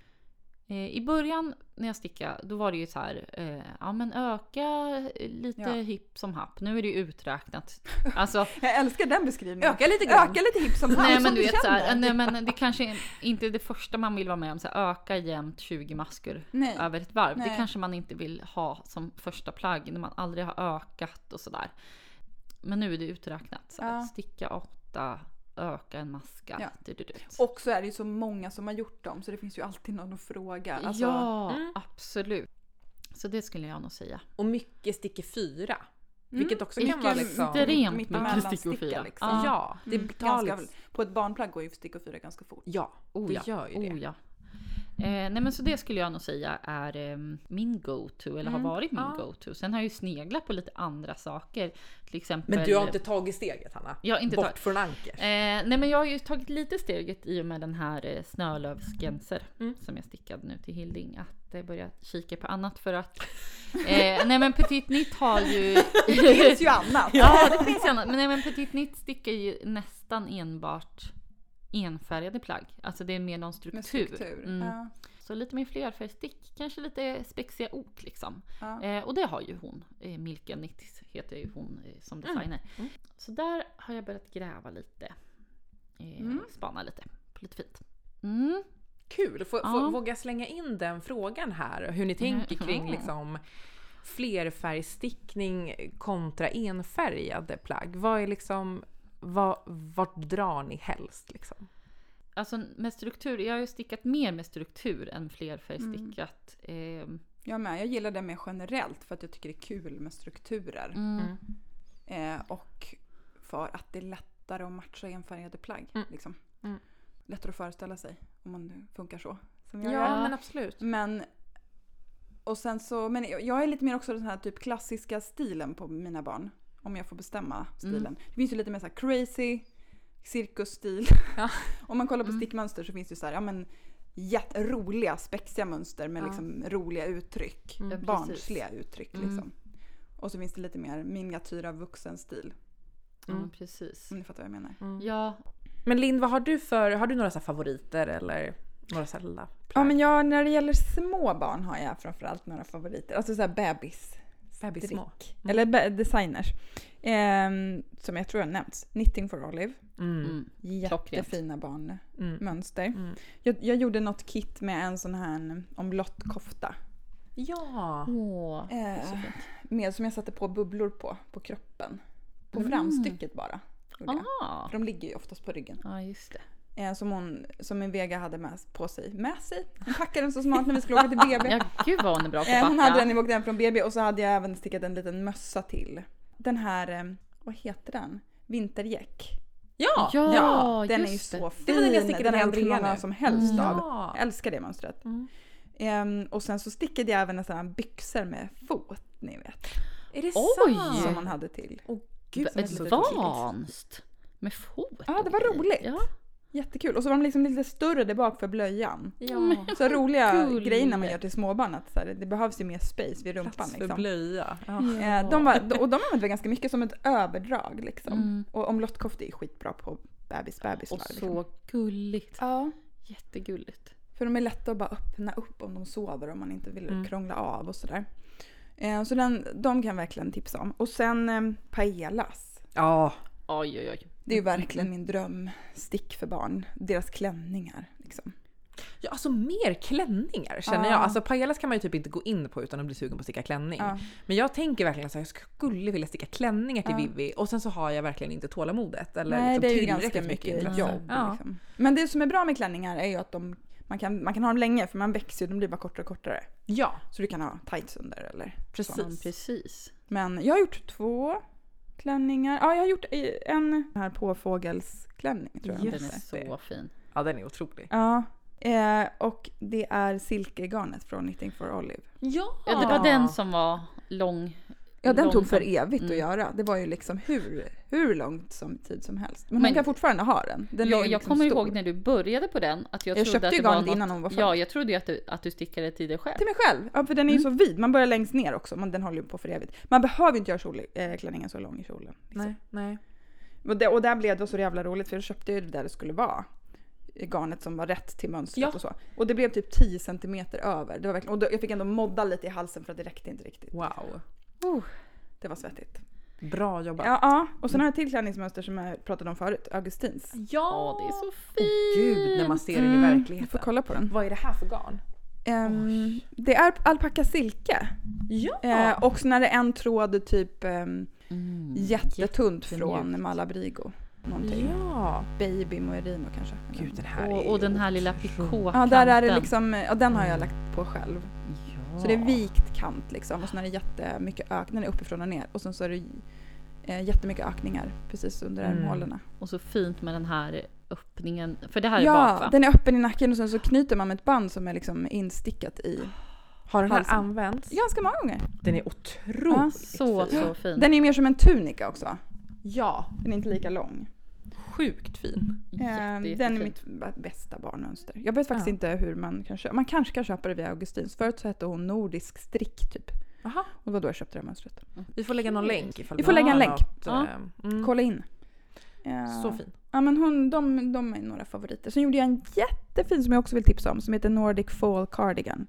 eh, i början när jag stickade, då var det ju så här, eh, ja men öka lite Ja. hipp som happ. Nu är det ju uträknat. Alltså, Jag älskar den beskrivningen. Öka lite grann. Öka lite hipp som happ, nej som men du vet så känner. här, nej men det kanske är inte det första man vill vara med om, så här, öka jämnt tjugo masker Nej. över ett varv. Nej. Det kanske man inte vill ha som första plagg när man aldrig har ökat och sådär. Men nu är det uträknat. Så Ja. att sticka åtta, öka en maska. Ja. Du, du, du. Och så är det ju så många som har gjort dem, så det finns ju alltid någon att fråga. Alltså, ja, Mm. absolut. Så det skulle jag nog säga. Och mycket sticker fyra. Mm. Vilket också kan vara Vilken liksom... extremt mitt mycket emellan stickor sticka, fyra. liksom. Ja. Ja, det Mm. tar Ganska, liksom... på ett barnplagg går ju stickor fyra ganska fort. Ja, Oh, det ja. gör ju det. Oh, ja. Eh, nej men så det skulle jag nog säga är eh, min go-to, eller Mm. har varit min Ja. go-to. Sen har jag ju sneglat på lite andra saker. Till exempel... Men du har inte tagit steget, Hanna? Jag har inte Bort tagit- från anker? Eh, nej men jag har ju tagit lite steget i och med den här eh, Snörlövsgenser Mm. som jag stickade nu till Hilding, att eh, börja kika på annat för att eh, nej men Petit Knit har ju Det finns ju annat. ja det finns ju annat, men nej men Petit Knit stickar ju nästan enbart enfärgade plagg, alltså det är mer någon struktur, Med struktur. Mm. Ja. Så lite mer flerfärgstick, kanske lite spexiga ok liksom. Ja. Eh, och det har ju hon, eh, Milka Knit heter ju hon eh, som designer. Mm. Så där har jag börjat gräva lite. Eh, Mm. Spana lite, på lite fint. Mm. Kul! Får, Ja. får, våga slänga in den frågan här. Hur ni tänker Mm. kring liksom flerfärgstickning kontra enfärgade plagg. Vad är liksom... Vad, vart drar ni helst liksom? Alltså med struktur, jag har ju stickat mer med struktur än flerfärgstickat. Eh, Jag med, jag gillar det mer generellt för att jag tycker det är kul med strukturer. mm. Mm. Eh, och för att det är lättare att matcha enfärgade plagg. Mm. Liksom. Mm. Lättare att föreställa sig om man nu funkar så. Som jag Ja, gör. men absolut. Men, och sen så, men jag är lite mer också den här typ klassiska stilen på mina barn. Om jag får bestämma stilen. Mm. Det finns ju lite mer så här crazy cirkusstil. Ja. Om man kollar på Mm. stickmönster så finns det så här, ja men jätteroliga, spexiga mönster med Ja. liksom roliga uttryck. Mm. Ja, precis. Barnsliga uttryck Mm. liksom. Och så finns det lite mer miniatyra vuxenstil. Mm. Mm. precis. Om ni fattar vad jag menar. Mm. Ja, Men Lind, vad har du för... Har du några så här favoriter eller några särskilda plagg? Ja men jag, när det gäller små barn har jag framförallt några favoriter. Alltså såhär bebis. Bebissmå. Mm. Eller be- designers. Ehm, som jag tror har nämnts. Knitting for Olive. Mm. mm. Jättefina barnmönster. Mm. Mm. Jag, jag gjorde något kit med en sån här omlottkofta. Ja. Åh, Eh, så fint. med som jag satte på bubblor på, på kroppen. På Mm. framstycket bara. gjorde jag. Ah. För de ligger ju oftast på ryggen. Ja, just det. Eh, som, hon, som en Vega hade med, på sig. Med sig? Hon packade den så smart när vi skulle åka till B B. Ja, gud vad hon är bra på Eh, att hon backa. hade den, jag åkte hem från B B och så hade jag även stickat en liten mössa till. Den här, eh, vad heter den? Vintergäck. Ja. Ja, Den är ju just det. så Det fin. var den jag stickade Den med har jag gjort hur Andrea många nu. som helst Mm. av. Ja. Jag älskar det mönstret. Mm. Ehm, och sen så stickade jag även en sån här byxor med fot, ni vet. Är det Oj! sant? Som hon hade till. Åh gud, vad så Advanced. Med fot. Ja, det var och grejer. roligt. Ja. Jättekul. Och så var de liksom lite större där bak för blöjan. Ja. Så roliga Gull. grejer när man gör till småbarn. Att så här, det behövs ju mer space vid rumpan. Plats för Liksom. blöja. Ja. Eh, de var, och de använde vi ganska mycket som ett överdrag. Liksom. Mm. Och omlottkofta är skitbra på bebis, bebisar. Och Liksom. så gulligt. Ja, Jättegulligt. för de är lätta att bara öppna upp om de sover om man inte vill Mm. krångla av och sådär. Eh, så den, de kan verkligen tipsa om. Och sen eh, paellas. Ja. Oj, oj, oj. Det är ju verkligen min drömstick för barn. Deras klänningar. Liksom. Ja, alltså mer klänningar känner Ja. jag. Alltså pajellas kan man ju typ inte gå in på utan att bli sugen på att sticka klänning. Ja. Men jag tänker verkligen så här, jag skulle vilja sticka klänningar till Ja. Vivi och sen så har jag verkligen inte tålamodet. Eller Nej, liksom det är ju tillräckligt ganska mycket intresse. jobb. Ja. Liksom. Men det som är bra med klänningar är ju att de, man, kan, man kan ha dem länge för man växer ju, de blir bara kortare och kortare. Ja, Så du kan ha tights under eller precis. så. Ja, precis. Men jag har gjort två klänningar. Ja, jag har gjort en här påfågelsklänning tror jag. Den Just är det. så fin. Ja, den är otrolig. Ja, eh, och det är silkegarnet från Knitting for Olive. Ja, Ja, det var den som var lång Ja, den tog för långsam. evigt Mm. att göra. Det var ju liksom hur, hur långt som tid som helst. Men, Men- hon kan fortfarande ha den. den är Jag, ju jag liksom kommer stor. ihåg när du började på den att jag, Jag trodde köpte att ju det var garnet något, innan hon var född. Ja, jag trodde ju att du, att du stickade till dig själv. Till mig själv. Ja, för den är ju Mm. så vid. Man börjar längst ner också. Men den håller ju på för evigt. Man behöver ju inte göra kjol, äh, klänningen så lång i kjolen. Liksom. Nej, nej. Och, det, och där blev det så jävla roligt. För jag köpte ju det där det skulle vara. Garnet som var rätt till mönstret Ja. och så. Och det blev typ tio centimeter över. Det var verkligen, och då, jag fick ändå modda lite i halsen för att det räckte inte riktigt. Wow. Oh, det var svettigt. Bra jobbat. Ja, ja. Och sen har jag ett till klänningsmönster som jag pratade om förut. Augustins. Ja, det är så Åh, fint. gud, när man ser den i Mm, verkligheten. Du får kolla på den. Vad är det här för garn? Um, det är alpacka silke. Ja! Eh, och så när det är en tråd typ um, Mm, jättetunt jättemjukt. från Malabrigo. Någonting. Ja! Baby Merino kanske. Gud, den här Och, är och den här ju lilla otrolig. pikåkanten. Ja, där är det liksom, ja, den har jag lagt på själv. Ja. Så det är vikt kant liksom. Och så är det jättemycket ök, den är uppifrån och ner. Och sen så är det eh, jättemycket ökningar precis under Mm. armhålorna. Och så fint med den här öppningen. För det här är Ja, bak, va? den är öppen i nacken och sen så knyter man med ett band som är liksom instickat i Har den här halsen. använts? ganska många gånger. Den är otroligt Ja, Så, fin. så fin. Den är mer som en tunika också. Ja, Den är inte lika lång. sjukt fin. Eh, Jätte, den är jättefin. mitt b- bästa barnmönster. Jag vet faktiskt Ja. inte hur man kan köpa. Man kanske kan köpa det via Augustins. Förut så hette hon Nordisk strick typ. Aha. Och det var då jag köpte det här mönstret. Vi får lägga någon länk ifall Vi får har lägga en länk. något, Ja. eh, mm. Kolla in. Eh, Så fin. Ja, men hon, de, de är några favoriter. Sen gjorde jag en jättefin som jag också vill tipsa om som heter Nordic Fall Cardigan.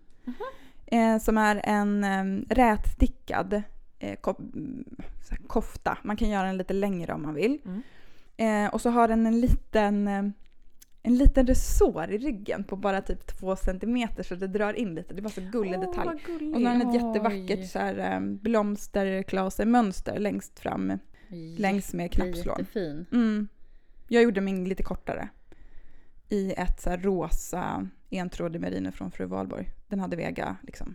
Eh, som är en um, rätstickad eh, ko- så här, kofta. Man kan göra den lite längre om man vill. Mm. Eh, och så har den en liten eh, en liten resår i ryggen på bara typ två centimeter så det drar in lite. Det var så gullig detalj. vad gullig. Och så har den ett Oj. jättevackert så här, um, blomsterklasemönster längst fram längs med knappslån. Jättefin. Mm. Jag gjorde min lite kortare. I ett så här rosa entrådig merino från Fru Valborg. Den hade väga liksom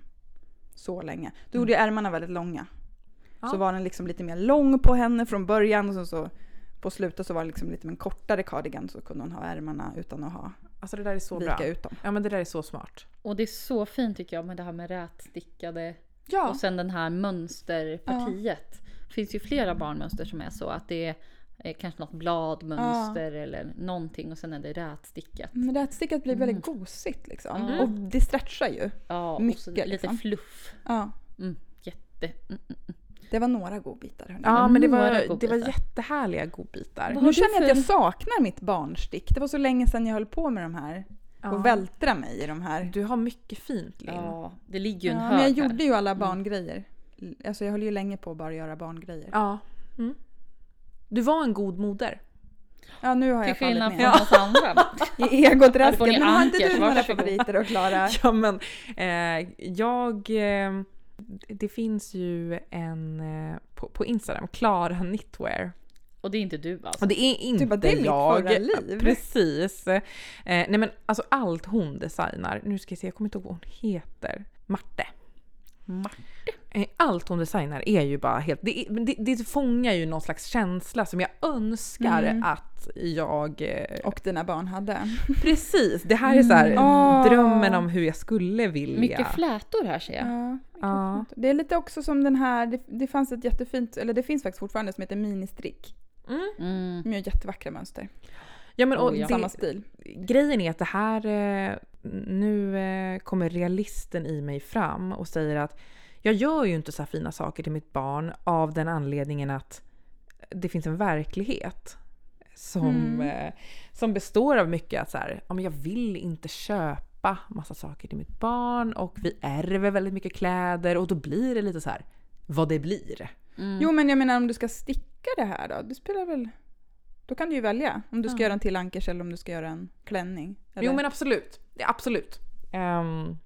så länge. Då gjorde jag ärmarna väldigt långa. Ja. Så var den liksom lite mer lång på henne från början. Och så, så på slutet så var det liksom lite en kortare cardigan. Så kunde hon ha ärmarna utan att ha Alltså det där är så vika bra. ut dem. Ja men det där är så smart. Och det är så fint tycker jag med det här med rätstickade. Ja, Och sen den här mönsterpartiet. Det finns ju flera barnmönster som är så att det är eh, kanske något bladmönster eller någonting och sen är det rätstickat. men rätstickat blir Mm. väldigt gosigt liksom. Mm. Och det stretchar ju. Ja, och Mycket, så lite liksom. fluff. Ja, Mm, jätte. Mm, mm, mm. det var några godbitar. Hörni. Ja men det några var, det var godbitar. jättehärliga godbitar. Vad har Nu du känner jag att för- jag saknar mitt barnstick. Det var så länge sedan jag höll på med de här. Ja. Och vältra mig i de här. Du har mycket fint Linn. Ja, det ligger ju en Ja, hög men jag här. gjorde ju alla barngrejer. Alltså jag höll ju länge på att bara göra barngrejer. Ja. Mm. Du var en god moder. Ja, nu har Till jag fallit skillnad från ner. oss andra. I egoträsket. får ni Men har inte Ankers, du några varsågod. favoriter att Klara? Ja men eh, jag... Eh, det finns ju en eh, på, på Instagram, Klara Knitwear. Och det är inte du alltså. Och det är inte Du bara, det är mitt jag. förra liv. Precis. Eh, nej men alltså allt hon designar. Nu ska jag se, jag kommer inte ihåg vad hon heter. Marte. Marte. Eh, Allt hon designar är ju bara helt... Det, är- det, det fångar ju någon slags känsla som jag önskar Mm. att jag... Eh, Och dina barn hade. precis, det här är så här Mm. drömmen om hur jag skulle vilja. Mycket flätor här ser jag. Ja, Ja. det är lite också som den här, det, det fanns ett jättefint, eller det finns faktiskt fortfarande som heter ministrick. Mm. Mm. De gör jättevackra mönster. Ja, men och Oh, ja. Samma det, stil. grejen är att det här... Eh, nu eh, kommer realisten i mig fram och säger att jag gör ju inte så här fina saker till mitt barn av den anledningen att det finns en verklighet som, Mm. eh, som består av mycket att så här, ja, men jag vill inte köpa massa saker till mitt barn och vi ärver väldigt mycket kläder och då blir det lite så här vad det blir. Mm. Jo, men jag menar om du ska sticka det här då, det spelar väl... Då kan du ju välja om du ska Ja. göra en till ankers eller om du ska göra en klänning. Eller? Jo men absolut, ja, absolut. Ehm,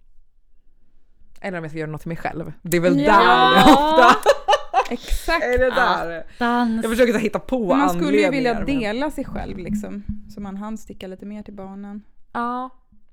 eller om jag ska göra något till mig själv. Det är väl Ja. där det ofta Exakt. är det där. Dans. Jag försöker så hitta på Men man skulle ju vilja anledningar, men- dela sig själv liksom. Så man hann sticka lite mer till barnen. Ja.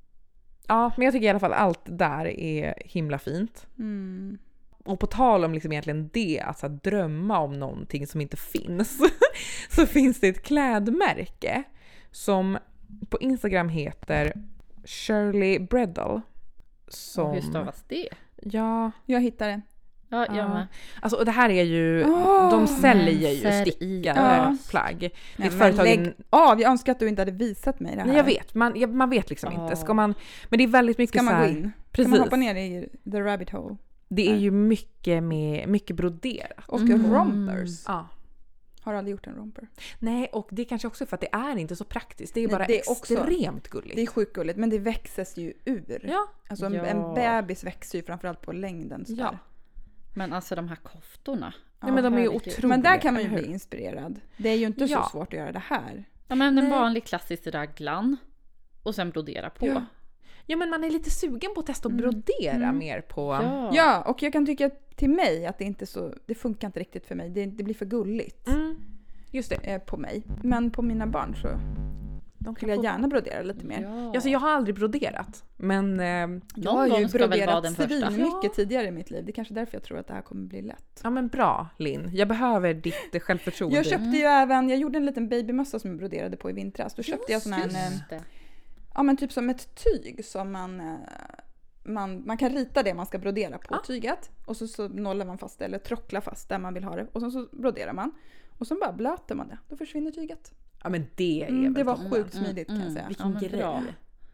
Ja, men jag tycker i alla fall allt där är himla fint. Mm. Och på tal om liksom egentligen det, att så här, drömma om någonting som inte finns, så finns det ett klädmärke som på Instagram heter Shirley Breddle. Som... Och hur stavas det? Ja, Jag hittade det. Ja, jag med. Alltså, och det här är ju, Åh, de säljer ju men stickade Ja. plagg. Det är Nej, ett men företag lägg in- av, jag önskar att du inte hade visat mig det här. Nej, jag vet, man, jag, man vet liksom Ja. inte. Ska man, men det är väldigt mycket Ska man så gå här, in? precis. Ska man hoppa ner i the rabbit hole? Det är Nej. ju mycket med mycket broderat. Och Mm. rompers. Ja. Har aldrig gjort en romper. Nej, och det är kanske också för att det är inte så praktiskt. Det är Nej, bara det är också- extremt gulligt. Det är sjukt gulligt, men det växes ju ur. Ja, Alltså en, Ja. en bebis växer ju framförallt på längden. sådär. ja. Men alltså de här koftorna. Nej, men de är ju herregud. otroliga. Men där kan man ju eller bli hur? inspirerad. Det är ju inte Ja. så svårt att göra det här. Ja, men en Nej. vanlig klassisk raglan. Och sen brodera på. Ja. Ja, men man är lite sugen på att testa att Mm. brodera Mm. mer på... Ja. Ja, och jag kan tycka till mig att det inte så, det funkar inte riktigt för mig. Det, det blir för gulligt Mm. Just det. eh, på mig. Men på mina barn så De skulle jag få... gärna brodera lite mer. Ja. Alltså, jag har aldrig broderat, men... Eh, Jag Någon har ju gång ska väl vara broderat den första. svin mycket tidigare i mitt liv. Det är kanske därför jag tror att det här kommer bli lätt. ja, men bra, Linn. Jag behöver ditt självförtroende. Jag köpte ju även, jag gjorde en liten babymössa som jag broderade på i vintras. Då köpte jag sån här, en, eh, Just det. ja men typ som ett tyg som man, eh, man, man kan rita det man ska brodera på Ah. tyget. Och så, så nollar man fast det, eller trocklar fast där man vill ha det. Och sen så broderar man. Och så bara blöter man det. Då försvinner tyget. Ja, men det är Mm, väl det var toppen. sjukt smidigt kan jag säga. Vilken men grej. bra.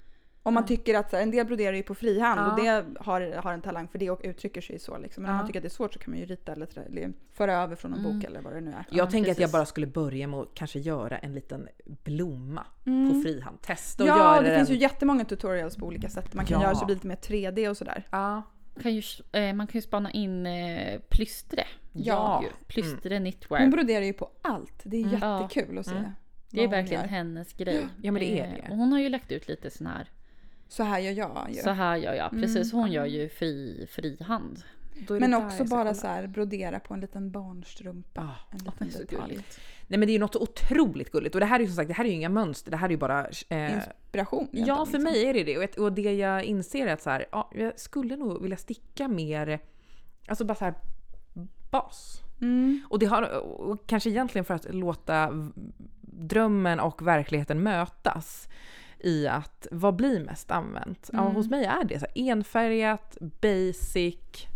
Om man Ja. tycker att så här, en del broderar ju på frihand Ja. och det har, har en talang för det och uttrycker sig så. Liksom. Men om Ja. man tycker att det är svårt så kan man ju rita eller, trä- eller föra över från en Mm. bok eller vad det nu är. Jag Ja, tänker att jag precis. bara skulle börja med att kanske göra en liten blomma Mm. på frihand. Testa och Ja, göra det den. finns ju jättemånga tutorials på olika sätt. Man kan Ja. göra så det blir lite mer tre D och sådär. Ja. Kan ju, eh, man kan ju spana in eh, plystre. Ja. Ju. Plystre knitwear. Hon broderar ju på allt. Det är Mm. jättekul att se. Mm. Det är vad hon verkligen gör. hennes grej. Ja, men det är Eh, det. Och hon har ju lagt ut lite sån här. Så här gör jag ju. Så här gör jag. Mm. Precis, hon gör ju fri, frihand. Då är det Men där också jag ska bara kolla. så här brodera på en liten barnstrumpa. Ah. En Det liten är så detalj. gulligt. Nej, men det är ju något otroligt gulligt. Och det här är ju som sagt, det här är ju inga mönster. Det här är ju bara... Eh, Inspiration. ja, egentligen, för liksom. mig är det det. Och, ett, och det jag inser är att så här, ja, jag skulle nog vilja sticka mer... Alltså bara så här bas. Mm. Och det har och kanske egentligen för att låta v- drömmen och verkligheten mötas i att vad blir mest använt? Ja, Mm. hos mig är det så här enfärgat, basic,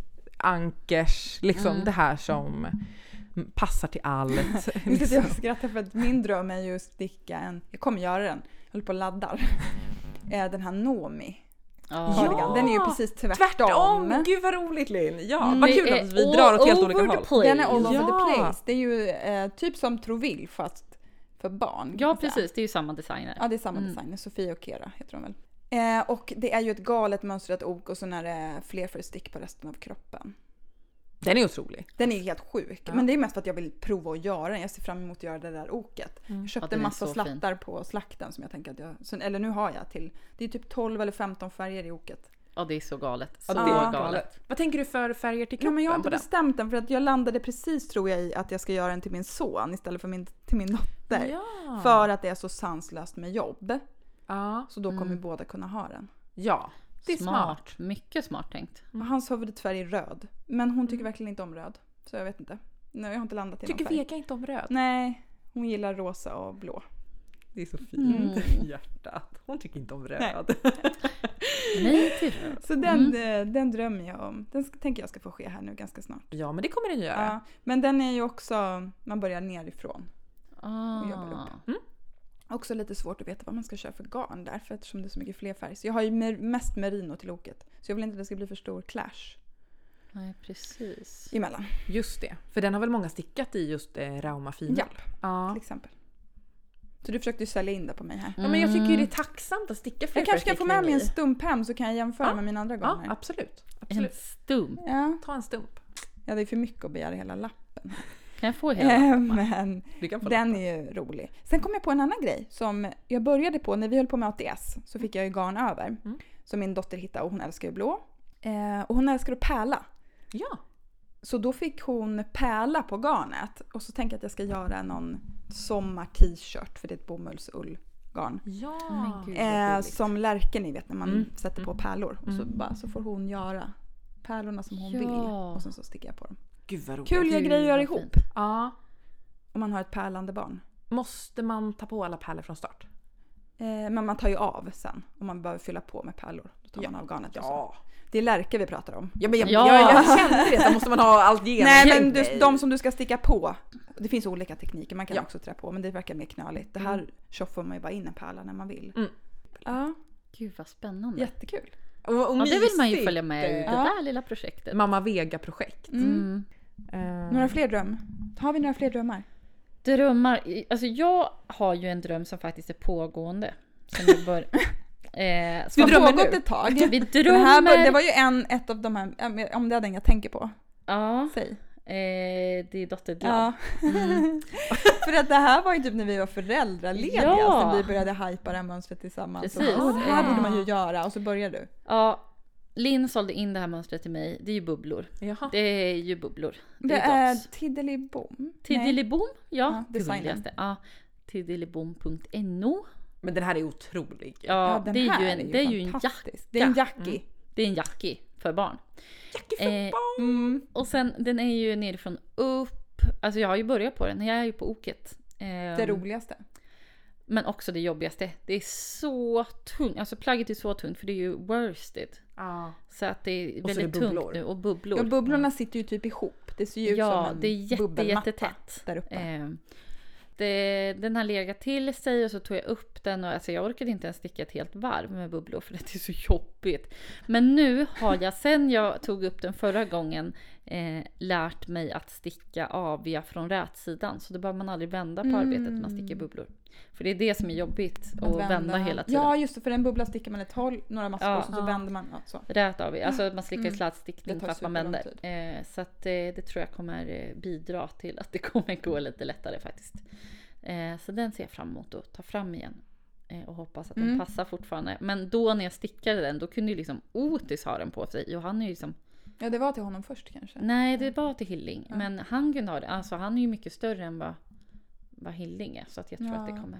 ankers, liksom Mm. det här som passar till allt. Vilket liksom. jag skrattar för att min dröm är ju att sticka en, jag kommer göra den, jag håller på och laddar. Eh, Den här Nomi. Ja. Cardigan. Den är ju precis tvärtom. Tvärtom! Gud vad roligt, Linn! Ja, Mm. vad Det kul är att vi drar åt helt all olika over the håll. place. Den är all over Ja. the place. Det är ju eh, typ som Troville fast för barn. kan Ja, man säga. precis. Det är ju samma designer. Ja, det är samma Mm. designer. Sofia och Kera heter de väl. Eh, och det är ju ett galet mönstrat ok och så är det flerfärgstick på resten av kroppen. Den är otrolig. Den är ju helt sjuk. Ja. Men det är mest för att jag vill prova att göra den. Jag ser fram emot att göra det där oket. Mm. Jag köpte Ja, den en är massa så slattar på slakten som jag tänker att jag... så- Eller nu har jag till. Det är typ tolv eller femton färger i oket. Ja, det är så galet. Ja, Så det är Ja. galet. Vad tänker du för färger till Ja, kroppen men jag har på inte den? bestämt den för att jag landade precis tror jag i att jag ska göra den till min son istället för min, till min dotter. Ja. För att det är så sanslöst med jobb. Ja. Så då kommer Mm. vi båda kunna ha den. Ja. Det är smart. Mycket smart tänkt. Och hans huvudfärg är röd. Men hon tycker verkligen inte om röd. Så jag vet inte. Nej, jag har inte landat i någon Tycker färg. Vega inte om röd? Nej, hon gillar rosa och blå. Det är så fint. Mm. Hjärtat. Hon tycker inte om Nej. röd. Nej till röd. Så den, Mm. eh, den drömmer jag om. Den ska, tänker jag ska få ske här nu ganska snart. Ja, men det kommer den göra. Ja, men den är ju också, man börjar nerifrån. Ah. Och jobbar upp. Också lite svårt att veta vad man ska köra för garn där, för eftersom det är så mycket fler färger. Så jag har ju mer, mest merino till oket. Så jag vill inte att det ska bli för stor clash Nej, precis. emellan. Just det. För den har väl många stickat i just eh, Rauma Fina? Japp, Ja. till exempel. Så du försökte ju sälja in det på mig här. Ja, men jag tycker ju det är tacksamt att sticka fler Jag kanske kan få med mig en i. stump hem så kan jag jämföra Ja. med mina andra Ja, garner. absolut. En absolut. stump. Ja, Ta en stump. ja, det är för mycket att begära hela lappen. Kan jag få hela? Eh, Men Du kan få den lappen. är ju rolig. Sen kom jag på en annan grej som jag började på när vi höll på med A T S. Så fick jag ju garn över. Mm. Som min dotter hittade och hon älskar ju blå. Eh, och hon älskar att pärla. Ja. Så då fick hon pärla på garnet. Och så tänker jag att jag ska göra någon sommar-t-shirt. För det är ett bomullsullgarn. Ja. Men gud. Eh, roligt. som lärken ni vet när man Mm. sätter på Mm. pärlor. Och så, Mm. bara, så får hon göra pärlorna som hon Ja. vill. Och sen så sticker jag på dem. Gud vad roligt. Kul Gud, grejer att göra vad ihop. fint. Ja. Om man har ett pärlande barn. Måste man ta på alla pärlor från start? Eh, men man tar ju av sen om man behöver fylla på med pärlor. Då tar Ja. man av garnet och så. Ja. Det är lärke vi pratar om. Ja, men jag, Ja. jag, jag kände det, så måste man ha allt genom. Nej, men du, de som du ska sticka på. Det finns olika tekniker, man kan Ja. också trä på, men det verkar mer knöligt. Det här tjoffar man ju bara in en pärla när man vill. Mm. Ja, Gud vad spännande. jättekul. Och, och Ja, det vill man ju mysigt. följa med i det Ja. där lilla projektet. Mamma Vega-projekt. Mm. Mm. Eh, Några fler dröm? Har vi några fler drömmar? Drömmar, alltså jag har ju en dröm som faktiskt är pågående. Som jag bör, eh, Du som drömmer pågått nu? Ett tag. Vi Det, här, var- drömmer. det var ju en, ett av de här, om det är den jag tänker på. Ja, Säg. eh, det är dotterdröm. Ja. Mm. För att det här var ju typ när vi var föräldralediga Ja. som vi började hypa det här mönstret tillsammans. Precis. Och, Åh, det här Ja. borde man ju göra och så börjar du. Ja, Linn sålde in det här mönstret till mig. Det är ju bubblor. Jaha. Det är ju bubblor. Det, Det är är gott. Tiddelibom. Tiddelibom, ja. Ja, det designen. roligaste. Ja, tiddelibom punkt no. Men den här är otrolig. Ja, den det är här ju en, det är ju en fantastisk. jacka. Det är en jacki. Det är en jacki för barn. Jackie för Eh, barn. Mm. Och sen, den är ju nerifrån upp. Alltså jag har ju börjat på den. Jag är ju på oket. Ehm, Det roligaste. Men också det jobbigaste. Det är så tungt. Alltså plagget är så tungt för det är ju worsted. Ja. Så att det är Och så är väldigt det tungt bubblor. nu. Och bubblor. Ja, bubblorna sitter ju typ ihop. Det ser ju ut Ja, som en det är jätte, bubbelmatta jättetätt. där uppe. Ehm, det, den har legat till sig och så tog jag upp den och alltså jag orkade inte ens sticka ett helt varv med bubblor för det är så jobbigt. Men nu har jag sen jag tog upp den förra gången eh, lärt mig att sticka aviga från rätsidan. Så då behöver man aldrig vända på Mm. arbetet när man stickar bubblor. För det är det som är jobbigt att, vända. hela tiden. Ja, just det. För en bubbla stickar man ett håll, några maskor, Ja, och så, så ja. vänder man. Ja, så. Rät av. Alltså man slickar Mm. slätstickning Det tar fast man superlång vänder. Eh, så att eh, det tror jag kommer eh, bidra till att det kommer gå lite lättare faktiskt. Eh, så den ser jag fram emot att ta fram igen. Eh, och hoppas att den Mm. passar fortfarande. Men då när jag stickade den, då kunde ju liksom Otis ha den på sig. Och han är ju liksom, Ja, det var till honom först kanske. nej det var till Hilling. Ja. Men han kunde ha det. Alltså han är ju mycket större än vad, vad Hilling är. Så att jag tror Ja. att det kommer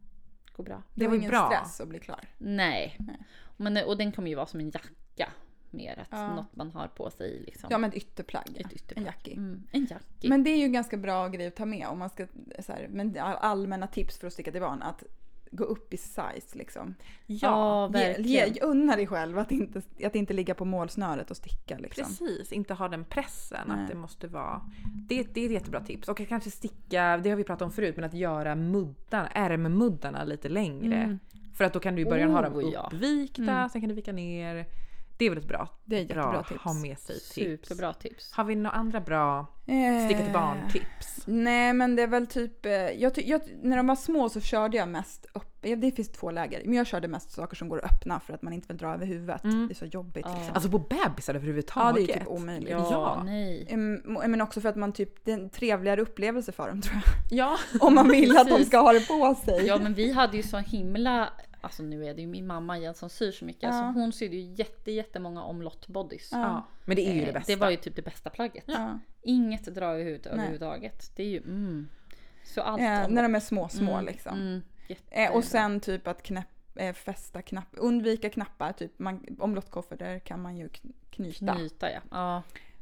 gå bra. Det Det var var ingen bra. stress att bli klar. Nej. Nej. Men, och den kommer ju vara som en jacka. Mer att Ja. något man har på sig liksom. Ja, men ett ytterplagg. Ett ytterplagg. En jacki. Mm, en jacki. Men det är ju en ganska bra grej att ta med om man ska, så här, men allmänna tips för att sticka till barn, att gå upp i size liksom. ja, Ja, Ge, verkligen. ge, unna dig själv att inte, att inte ligga på målsnöret och sticka liksom. precis. Inte ha den pressen Nej. att det måste vara... Det, det är ett jättebra tips. Och att kanske sticka, det har vi pratat om förut, men att göra muddarna, ärmmuddarna lite längre. Mm. För att då kan du i början ha dem Oh, ja. uppvikta, Mm. sen kan du vika ner. Det är väl ett bra, Det är ett jättebra bra tips. ha med sig tips. Superbra tips. Har vi några andra bra sticka till barn tips? Nej, men det är väl typ, eh, jag, ty- jag, när de var små så körde jag mest upp, ja, det finns två läger, men jag körde mest saker som går att öppna för att man inte vill dra över huvudet. Mm. Det är så jobbigt. Ja. Liksom. Alltså på bebisar Ja, överhuvudtaget. det är typ omöjligt. Ja, Ja. nej. Em, Men också för att man typ, det är en trevligare upplevelse för dem tror jag. Ja. Om man vill att de Precis. ska ha det på sig. Ja, men vi hade ju så himla, alltså nu är det ju min mamma igen som syr så mycket. Ja. Alltså, hon sydde ju jätte, jättemånga omlott bodies. Ja. Ja. Men det är ju Eh, det bästa. Det var ju typ det bästa plagget. Ja. Inget dra i huvudet Nej. överhuvudtaget. Det är ju, mm. Så allt Eh, om- när de är små, små Mm, liksom. Mm, jätte- Eh, och sen typ att knäpp, eh, fästa knapp, undvika knappar, typ man, omlottkofferter kan man ju kn- knyta. knyta ja. Ja.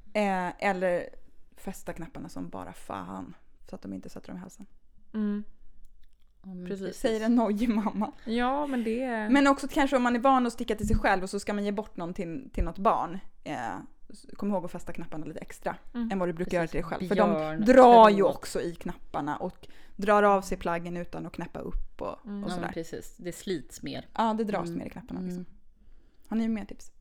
Eh, eller fästa knapparna som bara fan, så att de inte sätter dem i halsen. Mm. Mm, Precis. Säger en nojig mamma. Ja, men det är... Men också kanske om man är van att sticka till sig själv och så ska man ge bort någon till, till något barn. Eh, kom ihåg att fästa knapparna lite extra Mm. än vad du brukar Precis. göra till dig själv. För Björn, de drar ju tråd. också i knapparna och drar av sig plaggen utan att knäppa upp och, Mm. och Ja, men sådär. precis. Det slits mer. Ja, det dras Mm. mer i knapparna. Mm. Liksom. Har ni mer tips?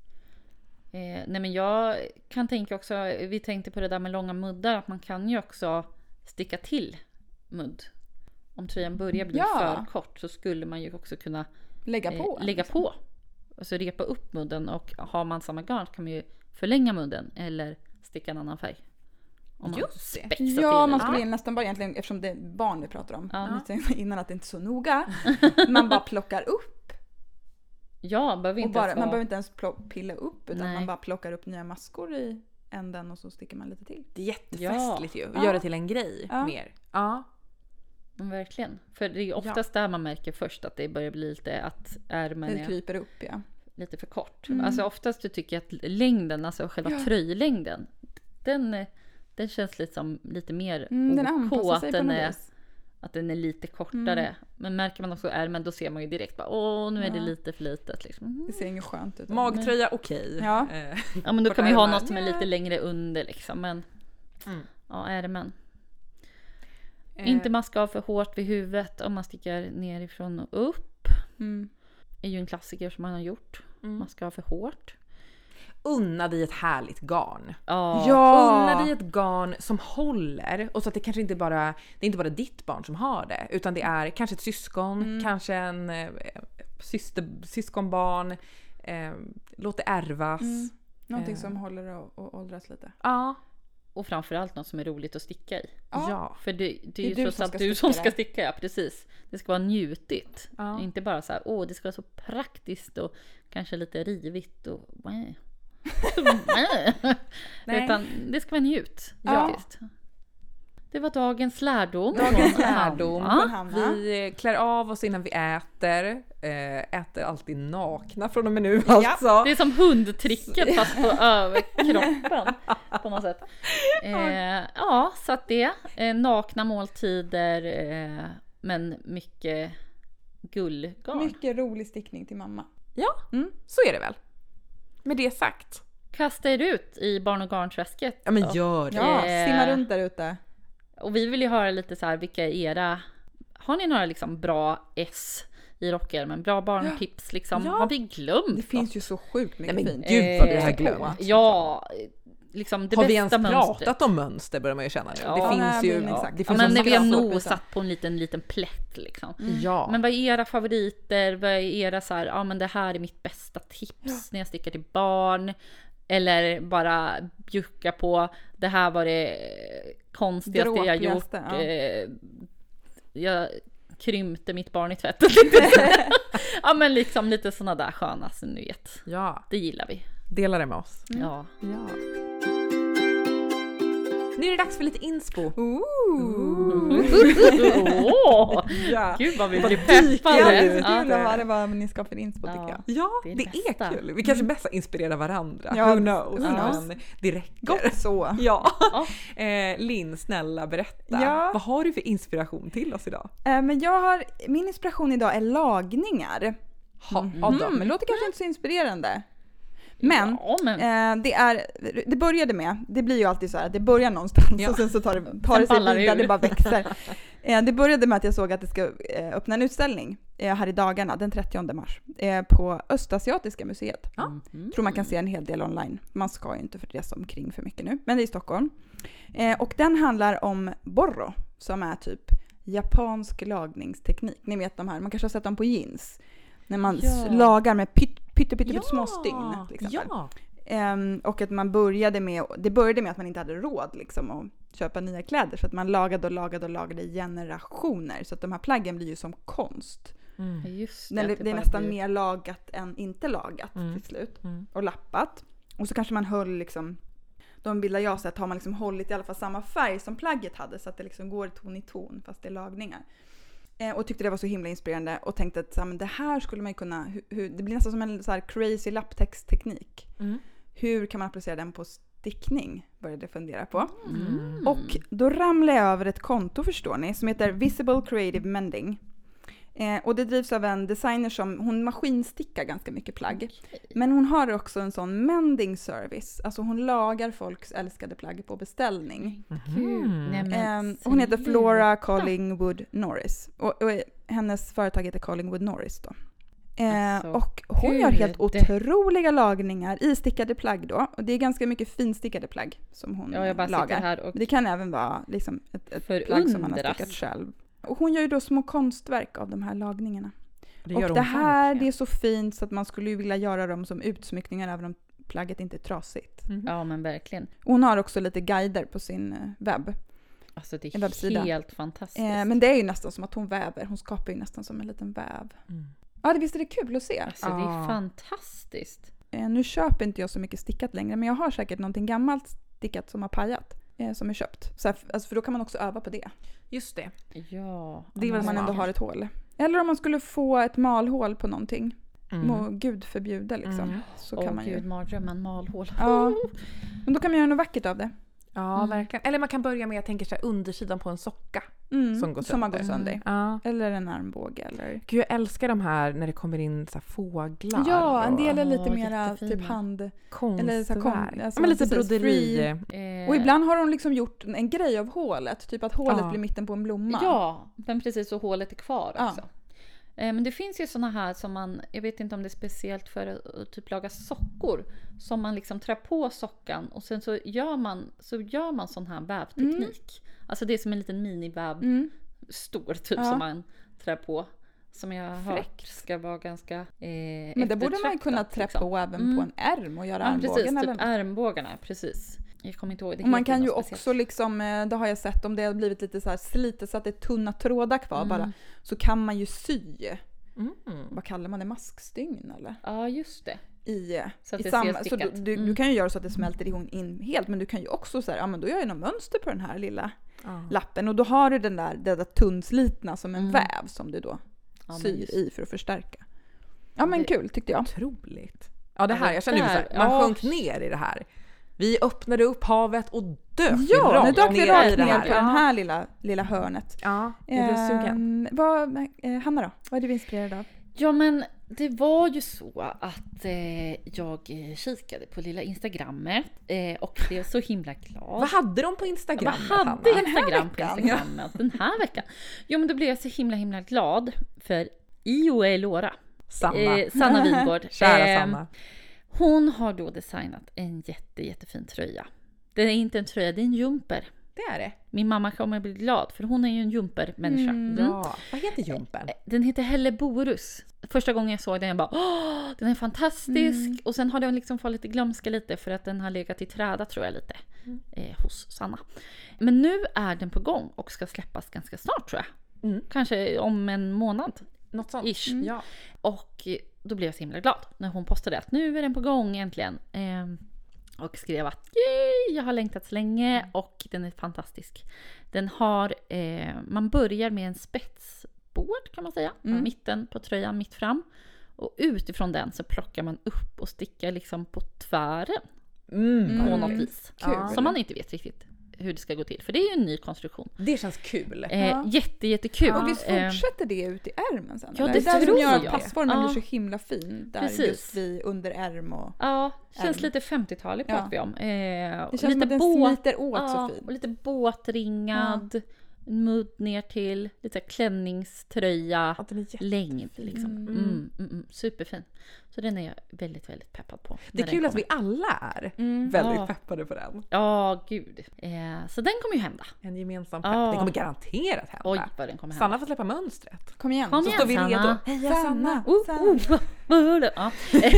Eh, nej men jag kan tänka också, vi tänkte på det där med långa muddar, att man kan ju också sticka till mudd. Om tröjan börjar bli Ja. för kort så skulle man ju också kunna Lägga på. eh, lägga liksom. på. Alltså repa upp mudden, och har man samma garn kan man ju förlänga mudden eller sticka en annan färg. Om man Just det. spexar till Ja, den. man skulle Ja. nästan bara egentligen, eftersom det är barn vi pratar om, Ja. lite innan att det inte är så noga, man bara plockar upp. Ja, behöver Och inte bara, ens man vara... behöver inte ens plo- pilla upp, utan Nej. man bara plockar upp nya maskor i änden och så sticker man lite till. Det är jättefestligt ju. Ja. Gör det till en grej Ja. mer. Ja. Mm, verkligen. För det är oftast där man märker först att det börjar bli lite, att ärmen Det är kryper upp, ja. lite för kort. Mm. Alltså oftast du tycker att längden, alltså själva Ja. tröjlängden, den, den känns lite som lite mer Mm, den OK, anpassar sig att på den något är, vis. Att den är lite kortare. Mm. Men märker man också ärmen, då ser man ju direkt bara, åh nu är det Ja. lite för litet. Liksom. Mm. Det ser inget skönt ut. Magtröja, okej. Ja. Eh, Ja men då kan vi ha ärmar. något som är lite längre under liksom. Men Mm. ja, ärmen. eh, Inte maska av för hårt vid huvudet om man stickar nerifrån och upp. Mm. Är ju en klassiker som man har gjort. Mm. Maska av för hårt. Unna dig ett härligt garn. Ja. Ja. Unna dig ett garn som håller, och så att det kanske inte bara det är inte bara ditt barn som har det, utan det är kanske ett syskon, Mm. kanske en eh, syster, syskonbarn. Eh, låt det ärvas. Mm. Någonting Eh. som håller och, och åldras lite. Ja. Och framförallt något som är roligt att sticka i. Ja. Ja. För det, det är ju du trots som allt ska du sticka som ska det. sticka, ja precis. Det ska vara njutigt. Ja. Inte bara så här, åh det ska vara så praktiskt och kanske lite rivigt och nej. Nej. Utan det ska vara njut. Ja. Faktiskt. Det var dagens lärdom. Dagens från lärdom. Hanna. Från Hanna. Vi eh, klär av oss innan vi äter. Eh, äter alltid nakna från och med nu alltså. Det är som hundtricket fast på överkroppen på något sätt. Eh, ja, så att det. Eh, nakna måltider eh, men mycket gullgarn. Mycket rolig stickning till mamma. Ja, Mm. så är det väl. Med det sagt. Kasta er ut i barn- och garnträsket. Ja men då. gör det. Ja, Eh. simma runt där ute. Och vi vill ju höra lite så här, vilka är era... Har ni några liksom bra S i rockärmen? Bra barntips liksom? Ja. Har vi glömt Det finns ju så sjukt mycket Nej men fint. gud vad vi har Eh, glömt. Ja, liksom det Har bästa vi ens mönstret. pratat om mönster börjar man ju känna nu. Ja, det finns nej, ju... men Ja, exakt. det Ja, finns men så när vi har massa- nosat på en liten, liten plätt liksom. Ja. Men vad är era favoriter? Vad är era så här, ja men det här är mitt bästa tips när jag stickar till barn? Eller bara bjucka på, det här var det konstigaste jag gjort. Dråpligaste, ja. Eh, jag krympte mitt barn i tvätten. Ja men liksom lite såna där sköna, så ni vet. ja, Det gillar vi. dela det med oss. Ja. Ja. Nu är det dags för lite inspo. Ooh. Åh, Ja. gud vad vi Vad blir dyker peppade. ut. Kul Ja. att höra vad ni ska för inspo Ja. tycker jag. Ja, Det är det, det är bästa. kul. Vi kanske bäst inspirerar varandra. Ja, Who knows? who knows? Men det räcker. Gott så. Ja. Ja. Eh, Linn, snälla berätta. Ja. Vad har du för inspiration till oss idag? Eh, Men jag har, min inspiration idag är lagningar. Ha, ja, då. Mm, men låter kanske inte så inspirerande. Men Ja, men eh, det, är, det började med, det blir ju alltid så här att det börjar någonstans Ja. och sen så tar det, tar Sen det sig ballar det vidare, ur. det bara växer. Eh, det började med att jag såg att det ska eh, öppna en utställning eh, här i dagarna, den trettionde mars, eh, på Östasiatiska museet. Ja. Mm. Tror man kan se en hel del online. Man ska ju inte för resa omkring för mycket nu. Men det är i Stockholm. Eh, och den handlar om borro, som är typ japansk lagningsteknik. Ni vet de här, man kanske har sett dem på jeans. När man Ja. s- lagar med pytt, pytte, pytte, pytte små stygn till exempel. Ja. Ehm, och att man började med, det började med att man inte hade råd liksom att köpa nya kläder. Så att man lagade och lagade och lagade i generationer. Så att de här plaggen blir ju som konst. Mm. Just Det, att det är bara nästan blir- mer lagat än inte lagat Mm. till slut. Mm. Och lappat. Och så kanske man höll liksom, de bilder jag har sett har man liksom hållit i alla fall samma färg som plagget hade. Så att det liksom går ton i ton fast det är lagningar. Eh, och tyckte det var så himla inspirerande. Och tänkte att så här, men det här skulle man ju kunna, hu, hu, det blir nästan som en så här crazy lapptextteknik. Mm. Hur kan man applicera den på stickning? Började jag fundera på. Mm. Och då ramlade jag över ett konto förstår ni som heter Visible Creative Mending. Eh, och det drivs av en designer som, hon maskinstickar ganska mycket plagg. Men hon har också en sån mending service. Alltså hon lagar folks älskade plagg på beställning. Gud, nej men Eh, hon heter sluta. Flora Collingwood Norris. Och, och hennes företag heter Collingwood Norris då. Eh, Alltså, och hon gud, gör helt det- otroliga lagningar i stickade plagg då. Och det är ganska mycket finstickade plagg som hon Ja, jag bara sitter lagar. här och Det kan även vara liksom ett, ett plagg som man har Förundras. stickat själv. Och hon gör ju då små konstverk av de här lagningarna. Det och gör det hon här, verkligen. det är så fint så att man skulle ju vilja göra dem som utsmyckningar även om plagget inte är trasigt. Mhm. Ja men verkligen. Och hon har också lite guider på sin eh, webb. Alltså det En är webbsida. helt fantastiskt. Eh, men det är ju nästan som att hon väver. Hon skapar ju nästan som en liten väv. Mm. Ja, det visst är det kul att se. Alltså det Ja. är fantastiskt. Eh, nu köper inte jag så mycket stickat längre, men jag har säkert någonting gammalt stickat som har pajat. Eh, som är köpt. Så här, alltså, för då kan man också öva på det. Just det. Ja. Det är väl Om man smart. ändå har ett hål. Eller om man skulle få ett malhål på någonting. Mm. Må Gud förbjuda liksom. Mm. Så Åh kan man ju. gud, mardrömmen, malhål. Ja. Men då kan man göra något vackert av det. Ja, Mm. verkligen. Eller man kan börja med, jag tänker så här, undersidan på en socka. Mm, Som går som har sönder. gått sönder. Ja. Eller en armbåge eller... Gud, jag älskar de här när det kommer in så här fåglar. Ja, en och del är Ja, lite mera jättefina. typ hand... konstverk. eller så här kon- Ja, alltså men lite precis, broderi. free. Eh, Och ibland har de liksom gjort en grej av hålet. Typ att hålet Ja. blir mitten på en blomma. Ja, men precis, så hålet är kvar Ja. också. Eh, Men det finns ju såna här som man, jag vet inte om det är speciellt för att typ laga sockor, som man liksom trär på sockan och sen så gör man, så gör man sån här vävteknik. Alltså det är som en liten miniväv, Mm. stor typ Ja. som man trär på. Som jag har hört Fräckt. ska vara ganska eh, Men det borde man eftertraktat, kunna trä liksom. på även Mm. på en ärm och göra Ja, precis, armbågen. typ eller något. armbågarna, precis. Jag kommer inte ihåg, det Och man heter kan ju något också speciellt. liksom, eh, det har jag sett, om det har blivit lite så här slitet så att det är tunna trådar kvar Mm. bara, så kan man ju sy, Mm. vad kallar man det, maskstygn eller? Ja, just det. I, Så att i det samma, ser så du, stickat. du, du Mm. kan ju göra så att det smälter in, in helt, men du kan ju också så här, ja men då gör jag något mönster på den här lilla Ja. lappen och då har du den där, det där tunnslitna som en Mm. väv som du då Ja, men syr just- i för att förstärka. Ja men Det- kul tyckte jag. Otroligt. Ja, det Ja, här, det jag känner ju så här, där, man ja. sjönk ner i det här. Vi öppnade upp havet och dök Ja, rakt nu dök vi ner rakt i det ner här. på den här lilla, lilla hörnet. Ja, jag blev sugen. Ehm, vad, eh, Hanna då? Vad är du inspirerad av? Ja, men det var ju så att eh, jag eh, kikade på lilla Instagrammet eh, och blev så himla glad. Vad hade de på Instagram? Vad hade Hanna? Instagram på veckan? Instagrammet den här veckan? Jo, men då blev jag så himla himla glad för Io Elora, Sanna. eh, Sanna Wingård. Kära eh, Sanna. Hon har då designat en jätte, jättefin tröja. Det är inte en tröja, det är en jumper. Det är det. Min mamma kommer att bli glad för hon är ju en jumpermänniska. Mm. Ja. Vad heter jumpen? Den heter Helleborus. Första gången jag såg den jag bara, åh, den är fantastisk. Mm. Och sen har den liksom fått lite glömska lite för att den har legat i träda tror jag lite Mm. eh, hos Sanna. Men nu är den på gång och ska släppas ganska snart tror jag. Mm. Kanske om en månad. Något sånt. Ish. Mm. Ja. Och då blev jag så himla glad när hon postade att nu är den på gång äntligen. Ehm, och skrev att yay, jag har längtat så länge och den är fantastisk. Den har, eh, man börjar med en spetsbord kan man säga. Mm. Mitten på tröjan, mitt fram. Och utifrån den så plockar man upp och stickar liksom på tvären Mm. på Mm. något vis. Kul. Som man inte vet riktigt hur det ska gå till. För det är ju en ny konstruktion. Det känns kul. Eh, Ja. Jätte, jättekul. Och visst Eh, fortsätter det ut i ärmen sen? ja, eller? det det är det som tror gör att jag. passformen Ja. blir så himla fin. Där Precis. just vid under ärm och... Ja, känns Ärm. lite femtiotalet pratar Ja. vi om. Eh, Det och känns som att den båt- sliter åt ja, så fint. och lite båtringad, mudd ner till, lite så här klänningströja, Ja, den är jätte... längd liksom. Mm. Mm. Mm, mm, superfin. Så den är jag väldigt, väldigt peppad på. Det är när kul den att vi kommer. alla är Mm. väldigt Ja. peppade på den. Ja, gud. Eh, så den kommer ju hända. En gemensam pepp. Ja. Den kommer garanterat hända. Oj, vad den kommer hända. Sanna får släppa mönstret. Kom igen. Kom Så igen, står vi Sanna. redo. Heja Sanna! Oh, Sanna. oh, vad- vad- ja.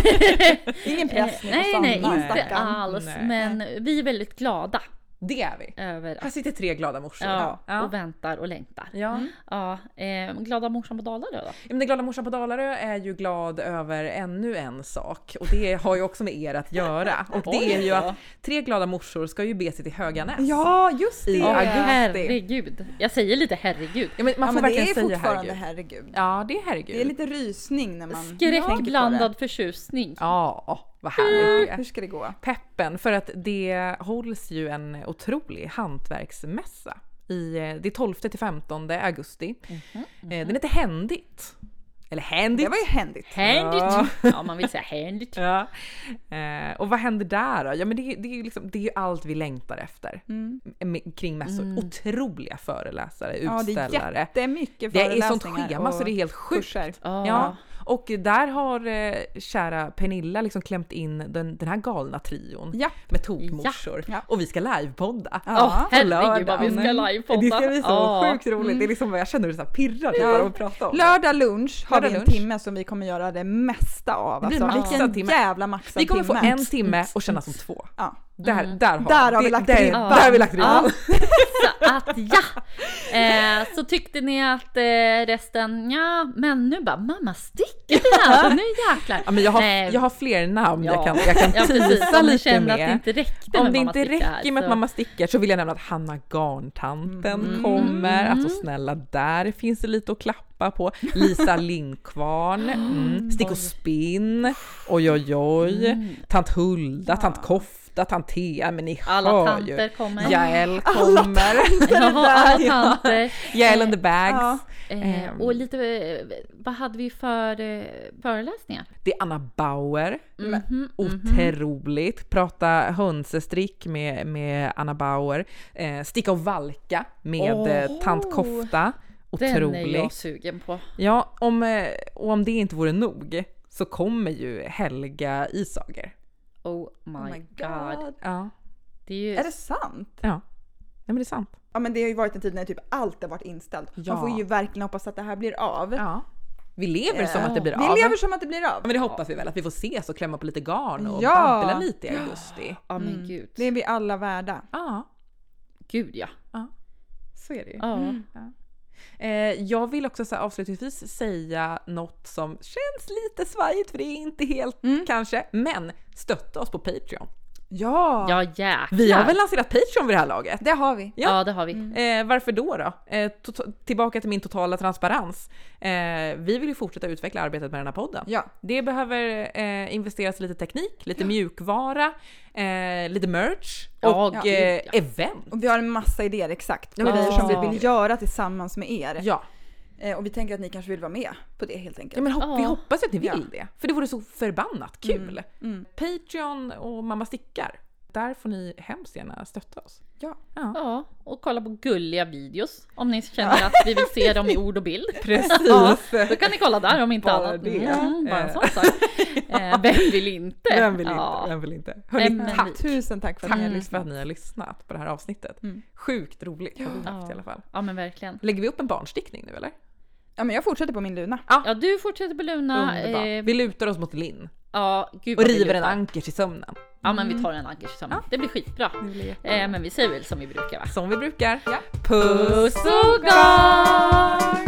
Ingen press nu på nej, Sanna. nej, inte stackarn. alls. Nej. Men vi är väldigt glada Det är vi. över Här att sitter tre glada morsor. ja, Ja. och väntar och längtar. Ja. Mm. Ja, eh, glada morsan på Dalarö då? Ja, men den glada morsan på Dalarö är ju glad över ännu en sak och det har ju också med er att göra. Och det är ju att tre glada morsor ska ju be sig till Höganäs. Ja, just det! I Åh, augusti. herregud. Jag säger lite herregud. Ja, men man Ja, får men det verkligen är säga fortfarande herregud. herregud. Ja, det är herregud. Det är lite rysning när man Skräckblandad förtjusning. Ja, vad härligt det Hur är. ska det gå? Peppen, för att det hålls ju en otrolig hantverksmässa. I, eh, det är tolfte till femtonde augusti. Mhm, Eh, Den heter Händigt. Eller Händigt. Det var ju händigt. Händigt. Ja. Ja, man vill säga händigt. Ja. Eh, och vad händer där då? Ja, men det, det, är ju liksom, det är ju allt vi längtar efter Mm. med- kring mässor. Mm. Otroliga föreläsare, Ja, det är utställare. jättemycket det är sånt föreläsningar schema och så det är helt sjukt. kurser. Ja. Ja, och där har eh, kära Pernilla liksom klämt in den, den här galna trion Ja. med tokmorsor. Ja. Och vi ska livepodda. Ja. Åh, herregud vad vi lördagen. ska livepodda. Det ska bli så Ja. sjukt roligt. Mm. Det är liksom, jag känner hur det så här pirrar Ja. bara av att prata om det. Lördag lunch har Lördag vi en lunch. timme som vi kommer göra det mesta av. Det blir Alltså, maxad vilken timme. jävla maxad Vi kommer få timme. en timme och känna som två. Ja. Där, Mm. där har, Där har vi det- lagt där, ribban. där har vi lagt ribban. Ja. Så att ja. Eh, så tyckte ni att eh, resten, ja, men nu bara, mamma sticker det här, så nu jäklar. Ja, men jag, har, Eh, jag har fler namn jag ja. kan, jag kan Ja, precis. tisa Om ni lite kände att det med. inte räckte Om med det mamma inte stickar här, räcker med att så- mamma stickar så vill jag nämna att Hanna Garntanten Mm. kommer. Alltså snälla, där finns det lite att klappa på. Lisa Lindkvarn, mm. Stick och spinn, oj oj oj. Mm. Tant Hulda, Ja. tant Kofta. ofta Tantea, men ni Alla hör tanter ju. kommer. Jael kommer. Ja, alla tanter. Jael and the bags. Ja. Eh, Ehm. och lite, eh, vad hade vi för eh, föreläsningar? Det är Anna Bauer. Mhm, mhm. Otroligt. Prata hönsestrick med, med Anna Bauer. Eh, sticka och valka med Åh. oh. tant Kofta. Den är jag Otroligt. sugen på. Ja, om, eh, och om det inte vore nog så kommer ju Helga Isager. Oh my, Oh my god. god. Ja. Det är ju... Är det sant? Ja. Nej, men det är sant. Ja, men det har ju varit en tid när typ allt har varit inställt. Ja. Man får ju verkligen hoppas att det här blir av. Ja. Vi lever som Eh, att det blir Vi av. lever som att det blir av. Ja, men det hoppas vi väl, att vi får ses och klämma på lite garn och Ja. babbla lite i augusti. Ja men Mm. gud. Det är vi alla värda. Ja, Gud ja. så är det ju. Ja. Mm. Eh, jag vill också så här, avslutningsvis säga något som känns lite svajigt, för det är inte helt Mm. kanske, men stötta oss på Patreon. Ja, Ja jäklar. Vi har väl lanserat Patreon vid det här laget? det har vi. Ja. Ja det har vi. Eh, varför då då? Eh, to- tillbaka till min totala transparens. Eh, vi vill ju fortsätta utveckla arbetet med den här podden. Ja. Det behöver eh, investeras i lite teknik, lite mjukvara, eh, lite merch Ja, och gud, eh, ja. event. Och vi har en massa idéer exakt. Ja, Grejer som ja. vi vill göra tillsammans med er. Ja. Eh, och vi tänker att ni kanske vill vara med på det helt Ja, enkelt. men hopp, vi Ja. hoppas att ni vill Ja. det. För det vore så förbannat kul. Mm. Patreon och Mamma Stickar. Där får ni hemskt gärna stötta oss. Ja. Ja. Ja, och kolla på gulliga videos om ni känner att vi vill se dem i ord och bild. Precis. Ja, då kan ni kolla där om inte Bara annat. det. Mm, bara en Eh. sån sak. Eh, vem vill inte? Vem vill Ja. inte? Vem vill inte? Hörrni, Nej, men tack, vi- Tusen tack för att tack ni har för lyssnat. att ni har lyssnat på det här avsnittet. Mm. Sjukt roligt har vi haft Ja. i alla fall. Ja men verkligen. Lägger vi upp en barnstickning nu eller? Ja, men jag fortsätter på min luna. Ja du fortsätter på Luna. Underbart. Eh, Vi lutar oss mot Linn ja, gud och vad vi river en lutar. ankers i sömnen. Ja men vi tar en ankers tillsammans. Ja. Det blir skitbra. Det blir jättebra. Eh, men vi säger väl som vi brukar va? Som vi brukar. Ja. Puss Puss och garn!